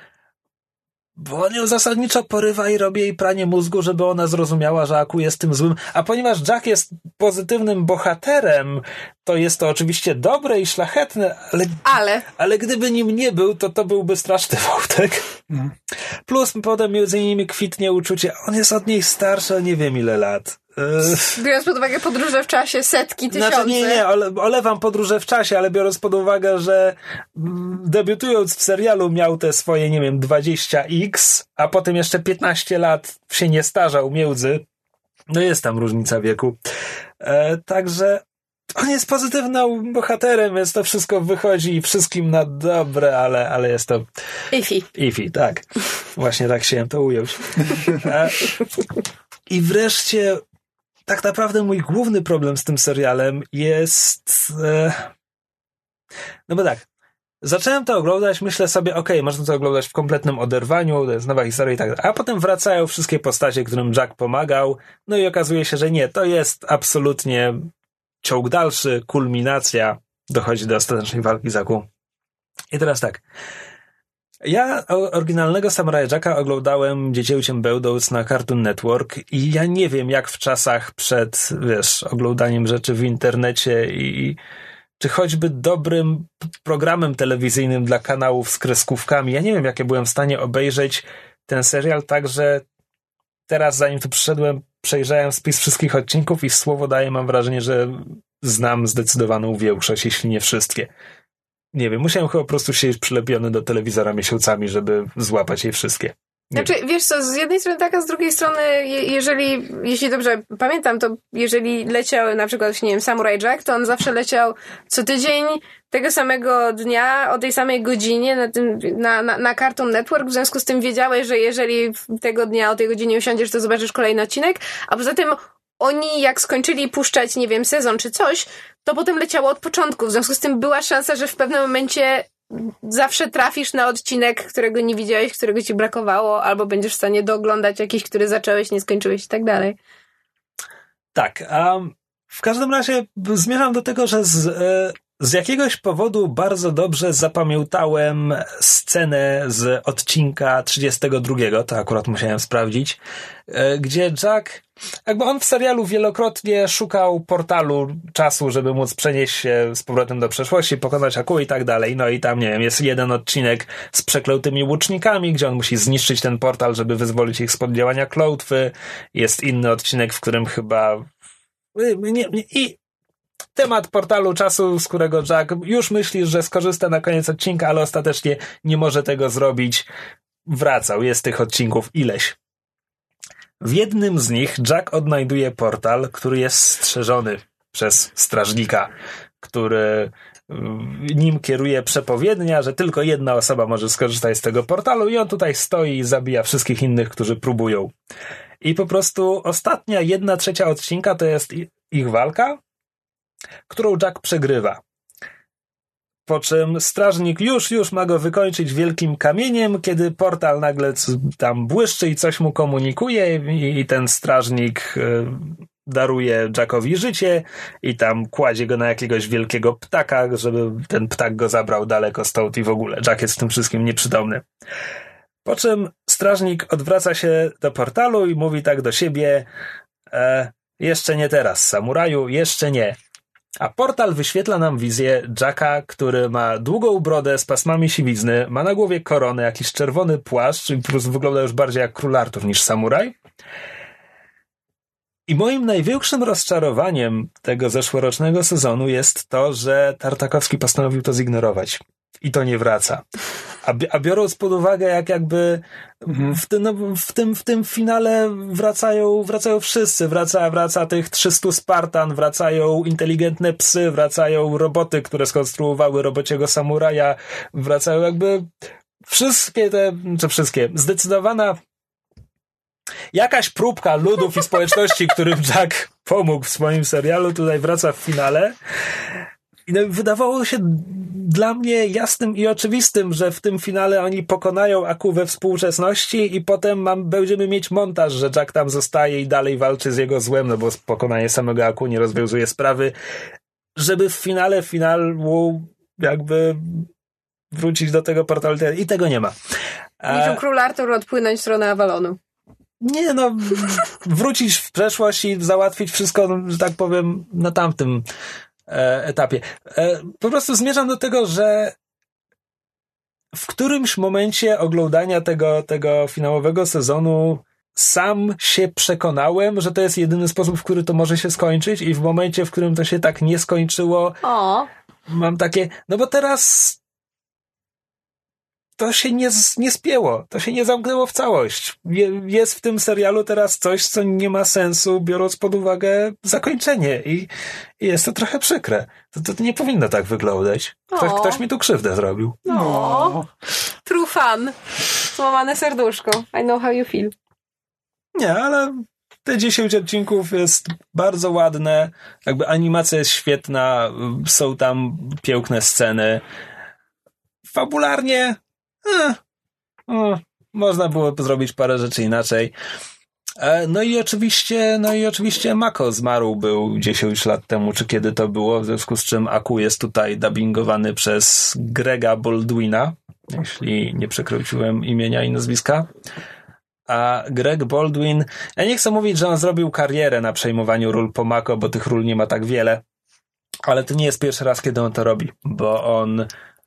bo on ją zasadniczo porywa i robi jej pranie mózgu, żeby ona zrozumiała, że Aku jest tym złym. A ponieważ Jack jest pozytywnym bohaterem, to jest to oczywiście dobre i szlachetne, ale, ale. ale gdyby nim nie był, to to byłby straszny wątek. Mm. Plus potem między nimi kwitnie uczucie. On jest od niej starszy o nie wiem ile lat. Biorąc pod uwagę podróże w czasie, setki, tysiące. Znaczy nie, nie, ole, olewam podróże w czasie, ale biorąc pod uwagę, że debiutując w serialu miał te swoje, nie wiem, dwadzieścia iks, a potem jeszcze piętnaście lat się nie starzał między. No jest tam różnica wieku. E, także on jest pozytywnym bohaterem, więc to wszystko wychodzi wszystkim na dobre, ale, ale jest to... Iffy. Iffy, tak. Właśnie tak chciałem to ująć. E, I wreszcie tak naprawdę mój główny problem z tym serialem jest... E... No bo tak, zacząłem to oglądać, myślę sobie, okej, okay, można to oglądać w kompletnym oderwaniu, to jest nowa historia i tak dalej. A potem wracają wszystkie postacie, którym Jack pomagał, no i okazuje się, że nie, to jest absolutnie ciąg dalszy, kulminacja, dochodzi do ostatecznej walki z Aku. I teraz tak, ja oryginalnego Samuraja Jacka oglądałem dziecięciem będąc na Cartoon Network i ja nie wiem, jak w czasach przed, wiesz, oglądaniem rzeczy w internecie i czy choćby dobrym programem telewizyjnym dla kanałów z kreskówkami, ja nie wiem, jak ja byłem w stanie obejrzeć ten serial, także teraz, zanim tu przyszedłem, przejrzałem spis wszystkich odcinków i słowo daję, mam wrażenie, że znam zdecydowaną większość, jeśli nie wszystkie. Nie wiem, musiałem chyba po prostu siedzieć przylepiony do telewizora miesiącami, żeby złapać je wszystkie. Nie znaczy, wiem. Wiesz co, z jednej strony tak, a z drugiej strony, je, jeżeli, jeśli dobrze pamiętam, to jeżeli leciał na przykład, nie wiem, Samurai Jack, to on zawsze leciał co tydzień tego samego dnia, o tej samej godzinie na, tym, na, na, na Cartoon Network, w związku z tym wiedziałeś, że jeżeli tego dnia o tej godzinie usiądziesz, to zobaczysz kolejny odcinek, a poza tym oni jak skończyli puszczać, nie wiem, sezon czy coś, to potem leciało od początku. W związku z tym była szansa, że w pewnym momencie zawsze trafisz na odcinek, którego nie widziałeś, którego ci brakowało, albo będziesz w stanie dooglądać jakiś, który zacząłeś, nie skończyłeś i tak dalej. Tak, a w każdym razie zmierzam do tego, że z, z jakiegoś powodu bardzo dobrze zapamiętałem scenę z odcinka trzydziestego drugiego, to akurat musiałem sprawdzić, gdzie Jack, jakby on w serialu wielokrotnie szukał portalu czasu, żeby móc przenieść się z powrotem do przeszłości, pokonać Aku i tak dalej. No i tam, nie wiem, jest jeden odcinek z przeklętymi łucznikami, gdzie on musi zniszczyć ten portal, żeby wyzwolić ich spod działania klątwy. Jest inny odcinek, w którym chyba... Nie, nie, i temat portalu czasu, z którego Jack już myśli, że skorzysta na koniec odcinka, ale ostatecznie nie może tego zrobić. Wracał, jest tych odcinków ileś. W jednym z nich Jack odnajduje portal, który jest strzeżony przez strażnika, który nim kieruje przepowiednia, że tylko jedna osoba może skorzystać z tego portalu i on tutaj stoi i zabija wszystkich innych, którzy próbują. I po prostu ostatnia jedna trzecia odcinka to jest ich walka, którą Jack przegrywa. Po czym strażnik już, już ma go wykończyć wielkim kamieniem, kiedy portal nagle tam błyszczy i coś mu komunikuje i, i ten strażnik y, daruje Jackowi życie i tam kładzie go na jakiegoś wielkiego ptaka, żeby ten ptak go zabrał daleko stąd i w ogóle. Jack jest w tym wszystkim nieprzytomny. Po czym strażnik odwraca się do portalu i mówi tak do siebie: e, jeszcze nie teraz, samuraju, jeszcze nie. A portal wyświetla nam wizję Jacka, który ma długą brodę z pasmami siwizny, ma na głowie koronę, jakiś czerwony płaszcz i po prostu wygląda już bardziej jak król Artur niż samuraj. I moim największym rozczarowaniem tego zeszłorocznego sezonu jest to, że Tartakowski postanowił to zignorować. I to nie wraca. A, bi- a biorąc pod uwagę, jak jakby w tym, no, w tym, w tym finale wracają, wracają wszyscy. Wraca, wraca tych trzystu Spartan, wracają inteligentne psy, wracają roboty, które skonstruowały robociego samuraja, wracają jakby wszystkie te, czy wszystkie, zdecydowana jakaś próbka ludów i społeczności, którym Jack pomógł w swoim serialu, tutaj wraca w finale. I no, wydawało się dla mnie jasnym i oczywistym, że w tym finale oni pokonają Aku we współczesności i potem mam, będziemy mieć montaż, że Jack tam zostaje i dalej walczy z jego złem, no bo pokonanie samego Aku nie rozwiązuje sprawy, żeby w finale finalu jakby wrócić do tego portalu i tego nie ma. Niczym Król Artur odpłynąć w stronę Avalonu. Nie, no, wrócić w przeszłość i załatwić wszystko, że tak powiem, na tamtym e, etapie. E, po prostu zmierzam do tego, że w którymś momencie oglądania tego, tego finałowego sezonu sam się przekonałem, że to jest jedyny sposób, w który to może się skończyć i w momencie, w którym to się tak nie skończyło, o. mam takie, no bo teraz to się nie, nie spięło, to się nie zamknęło w całość. Je, jest w tym serialu teraz coś, co nie ma sensu, biorąc pod uwagę zakończenie i, i jest to trochę przykre. To, to nie powinno tak wyglądać. Ktoś, ktoś mi tu krzywdę zrobił. No. True fan. Złamane serduszko. I know how you feel. Nie, ale te dziesięć odcinków jest bardzo ładne, jakby animacja jest świetna, są tam piękne sceny. Fabularnie Eh, oh, można było zrobić parę rzeczy inaczej. E, no i oczywiście, no i oczywiście Mako zmarł był dziesięć lat temu, czy kiedy to było, w związku z czym Aku jest tutaj dubbingowany przez Grega Baldwina, jeśli nie przekroczyłem imienia i nazwiska. A Greg Baldwin, ja nie chcę mówić, że on zrobił karierę na przejmowaniu ról po Mako, bo tych ról nie ma tak wiele, ale to nie jest pierwszy raz, kiedy on to robi, bo on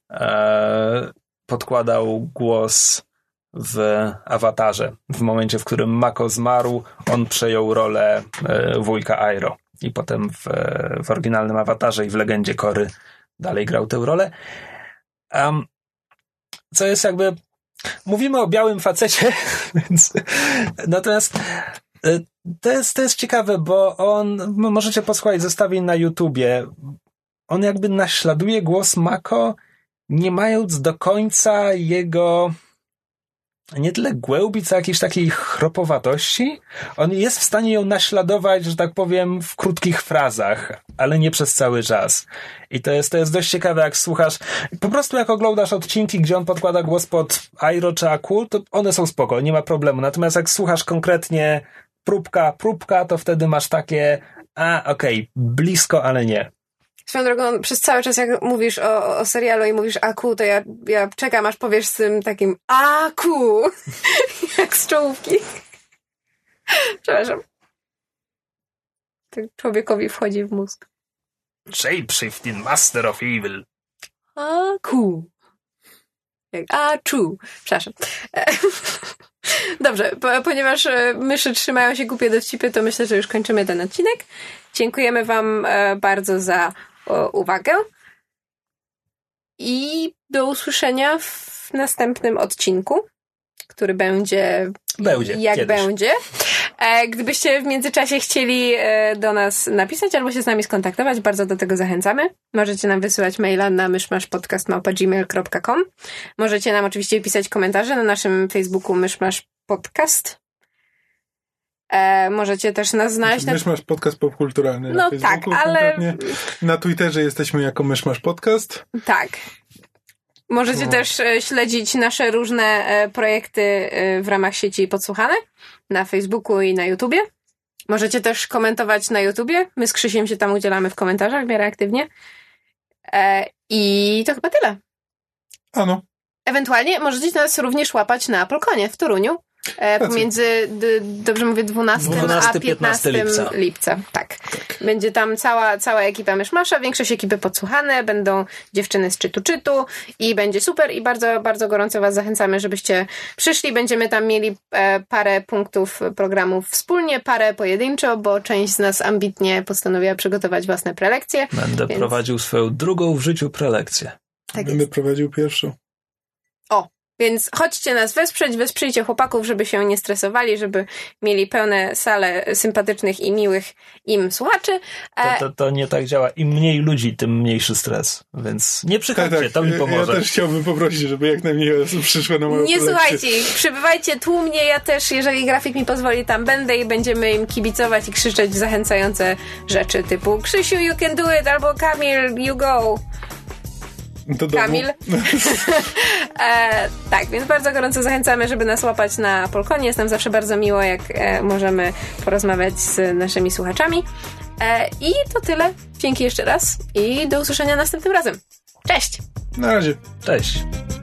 e, podkładał głos w Awatarze. W momencie, w którym Mako zmarł, on przejął rolę e, wujka Airo. I potem w, w oryginalnym Awatarze i w Legendzie Korry dalej grał tę rolę. Um, co jest jakby... Mówimy o białym facecie, więc... Natomiast e, to jest, to jest ciekawe, bo on... Możecie posłuchać zestawień na YouTubie. On jakby naśladuje głos Mako, nie mając do końca jego nie tyle głębi, co jakiejś takiej chropowatości. On jest w stanie ją naśladować, że tak powiem, w krótkich frazach, ale nie przez cały czas. I to jest, to jest dość ciekawe, jak słuchasz, po prostu jak oglądasz odcinki, gdzie on podkłada głos pod Airo czy Aku, to one są spoko, nie ma problemu. Natomiast jak słuchasz konkretnie próbka, próbka, to wtedy masz takie, a okej, okay, blisko, ale nie. Swoją drogą, przez cały czas jak mówisz o, o serialu i mówisz Aku, to ja, ja czekam, aż powiesz z tym takim Aku, jak z czołówki. Przepraszam. Tak człowiekowi wchodzi w mózg. Shapeshifting Master of Evil. Aku. Jak Aczu. Przepraszam. Dobrze, po, ponieważ myszy trzymają się głupie dowcipy, to myślę, że już kończymy ten odcinek. Dziękujemy wam bardzo za o, uwagę i do usłyszenia w następnym odcinku, który będzie, będzie jak kiedyś. będzie. Gdybyście w międzyczasie chcieli do nas napisać albo się z nami skontaktować, bardzo do tego zachęcamy. Możecie nam wysyłać maila na myszmaszpodcast małpa gmail kropka com. Możecie nam oczywiście pisać komentarze na naszym Facebooku Myszmasz Podcast. E, możecie też nas znaleźć... Myszmasz na... Podcast popkulturalny no na Facebooku. Tak, ale... Na Twitterze jesteśmy jako Myszmasz Podcast. Tak. Możecie no. też śledzić nasze różne projekty w ramach sieci Podsłuchane na Facebooku i na YouTubie. Możecie też komentować na YouTubie. My z Krzysiem się tam udzielamy w komentarzach w miarę aktywnie. E, I to chyba tyle. Ano. Ewentualnie możecie nas również łapać na Polkonie w Toruniu. E, pomiędzy, d, dobrze mówię, dwunastego a piętnastego lipca. lipca. Tak. tak. Będzie tam cała, cała ekipa Myszmasza, większość ekipy podsłuchane, będą dziewczyny z czytu czytu i będzie super i bardzo, bardzo gorąco was zachęcamy, żebyście przyszli. Będziemy tam mieli e, parę punktów programów wspólnie, parę pojedynczo, bo część z nas ambitnie postanowiła przygotować własne prelekcje. Będę więc... prowadził swoją drugą w życiu prelekcję. Tak Będę jest. prowadził pierwszą. O! Więc chodźcie nas wesprzeć, wesprzyjcie chłopaków, żeby się nie stresowali, żeby mieli pełne sale sympatycznych i miłych im słuchaczy. To, to, to nie tak działa. Im mniej ludzi, tym mniejszy stres. Więc nie przychodźcie, tak, tak. to mi pomoże. Ja też chciałbym poprosić, żeby jak najmniej osób przyszło na moją Nie kolekcję. Słuchajcie ich, przybywajcie tłumnie, ja też, jeżeli grafik mi pozwoli, tam będę i będziemy im kibicować i krzyczeć zachęcające rzeczy typu Krzysiu, you can do it, albo Kamil, you go. Do Kamil. e, tak, więc bardzo gorąco zachęcamy, żeby nas łapać na Polkonie. Jest nam zawsze bardzo miło, jak e, możemy porozmawiać z naszymi słuchaczami. E, I to tyle. Dzięki jeszcze raz i do usłyszenia następnym razem. Cześć! Na razie. Cześć.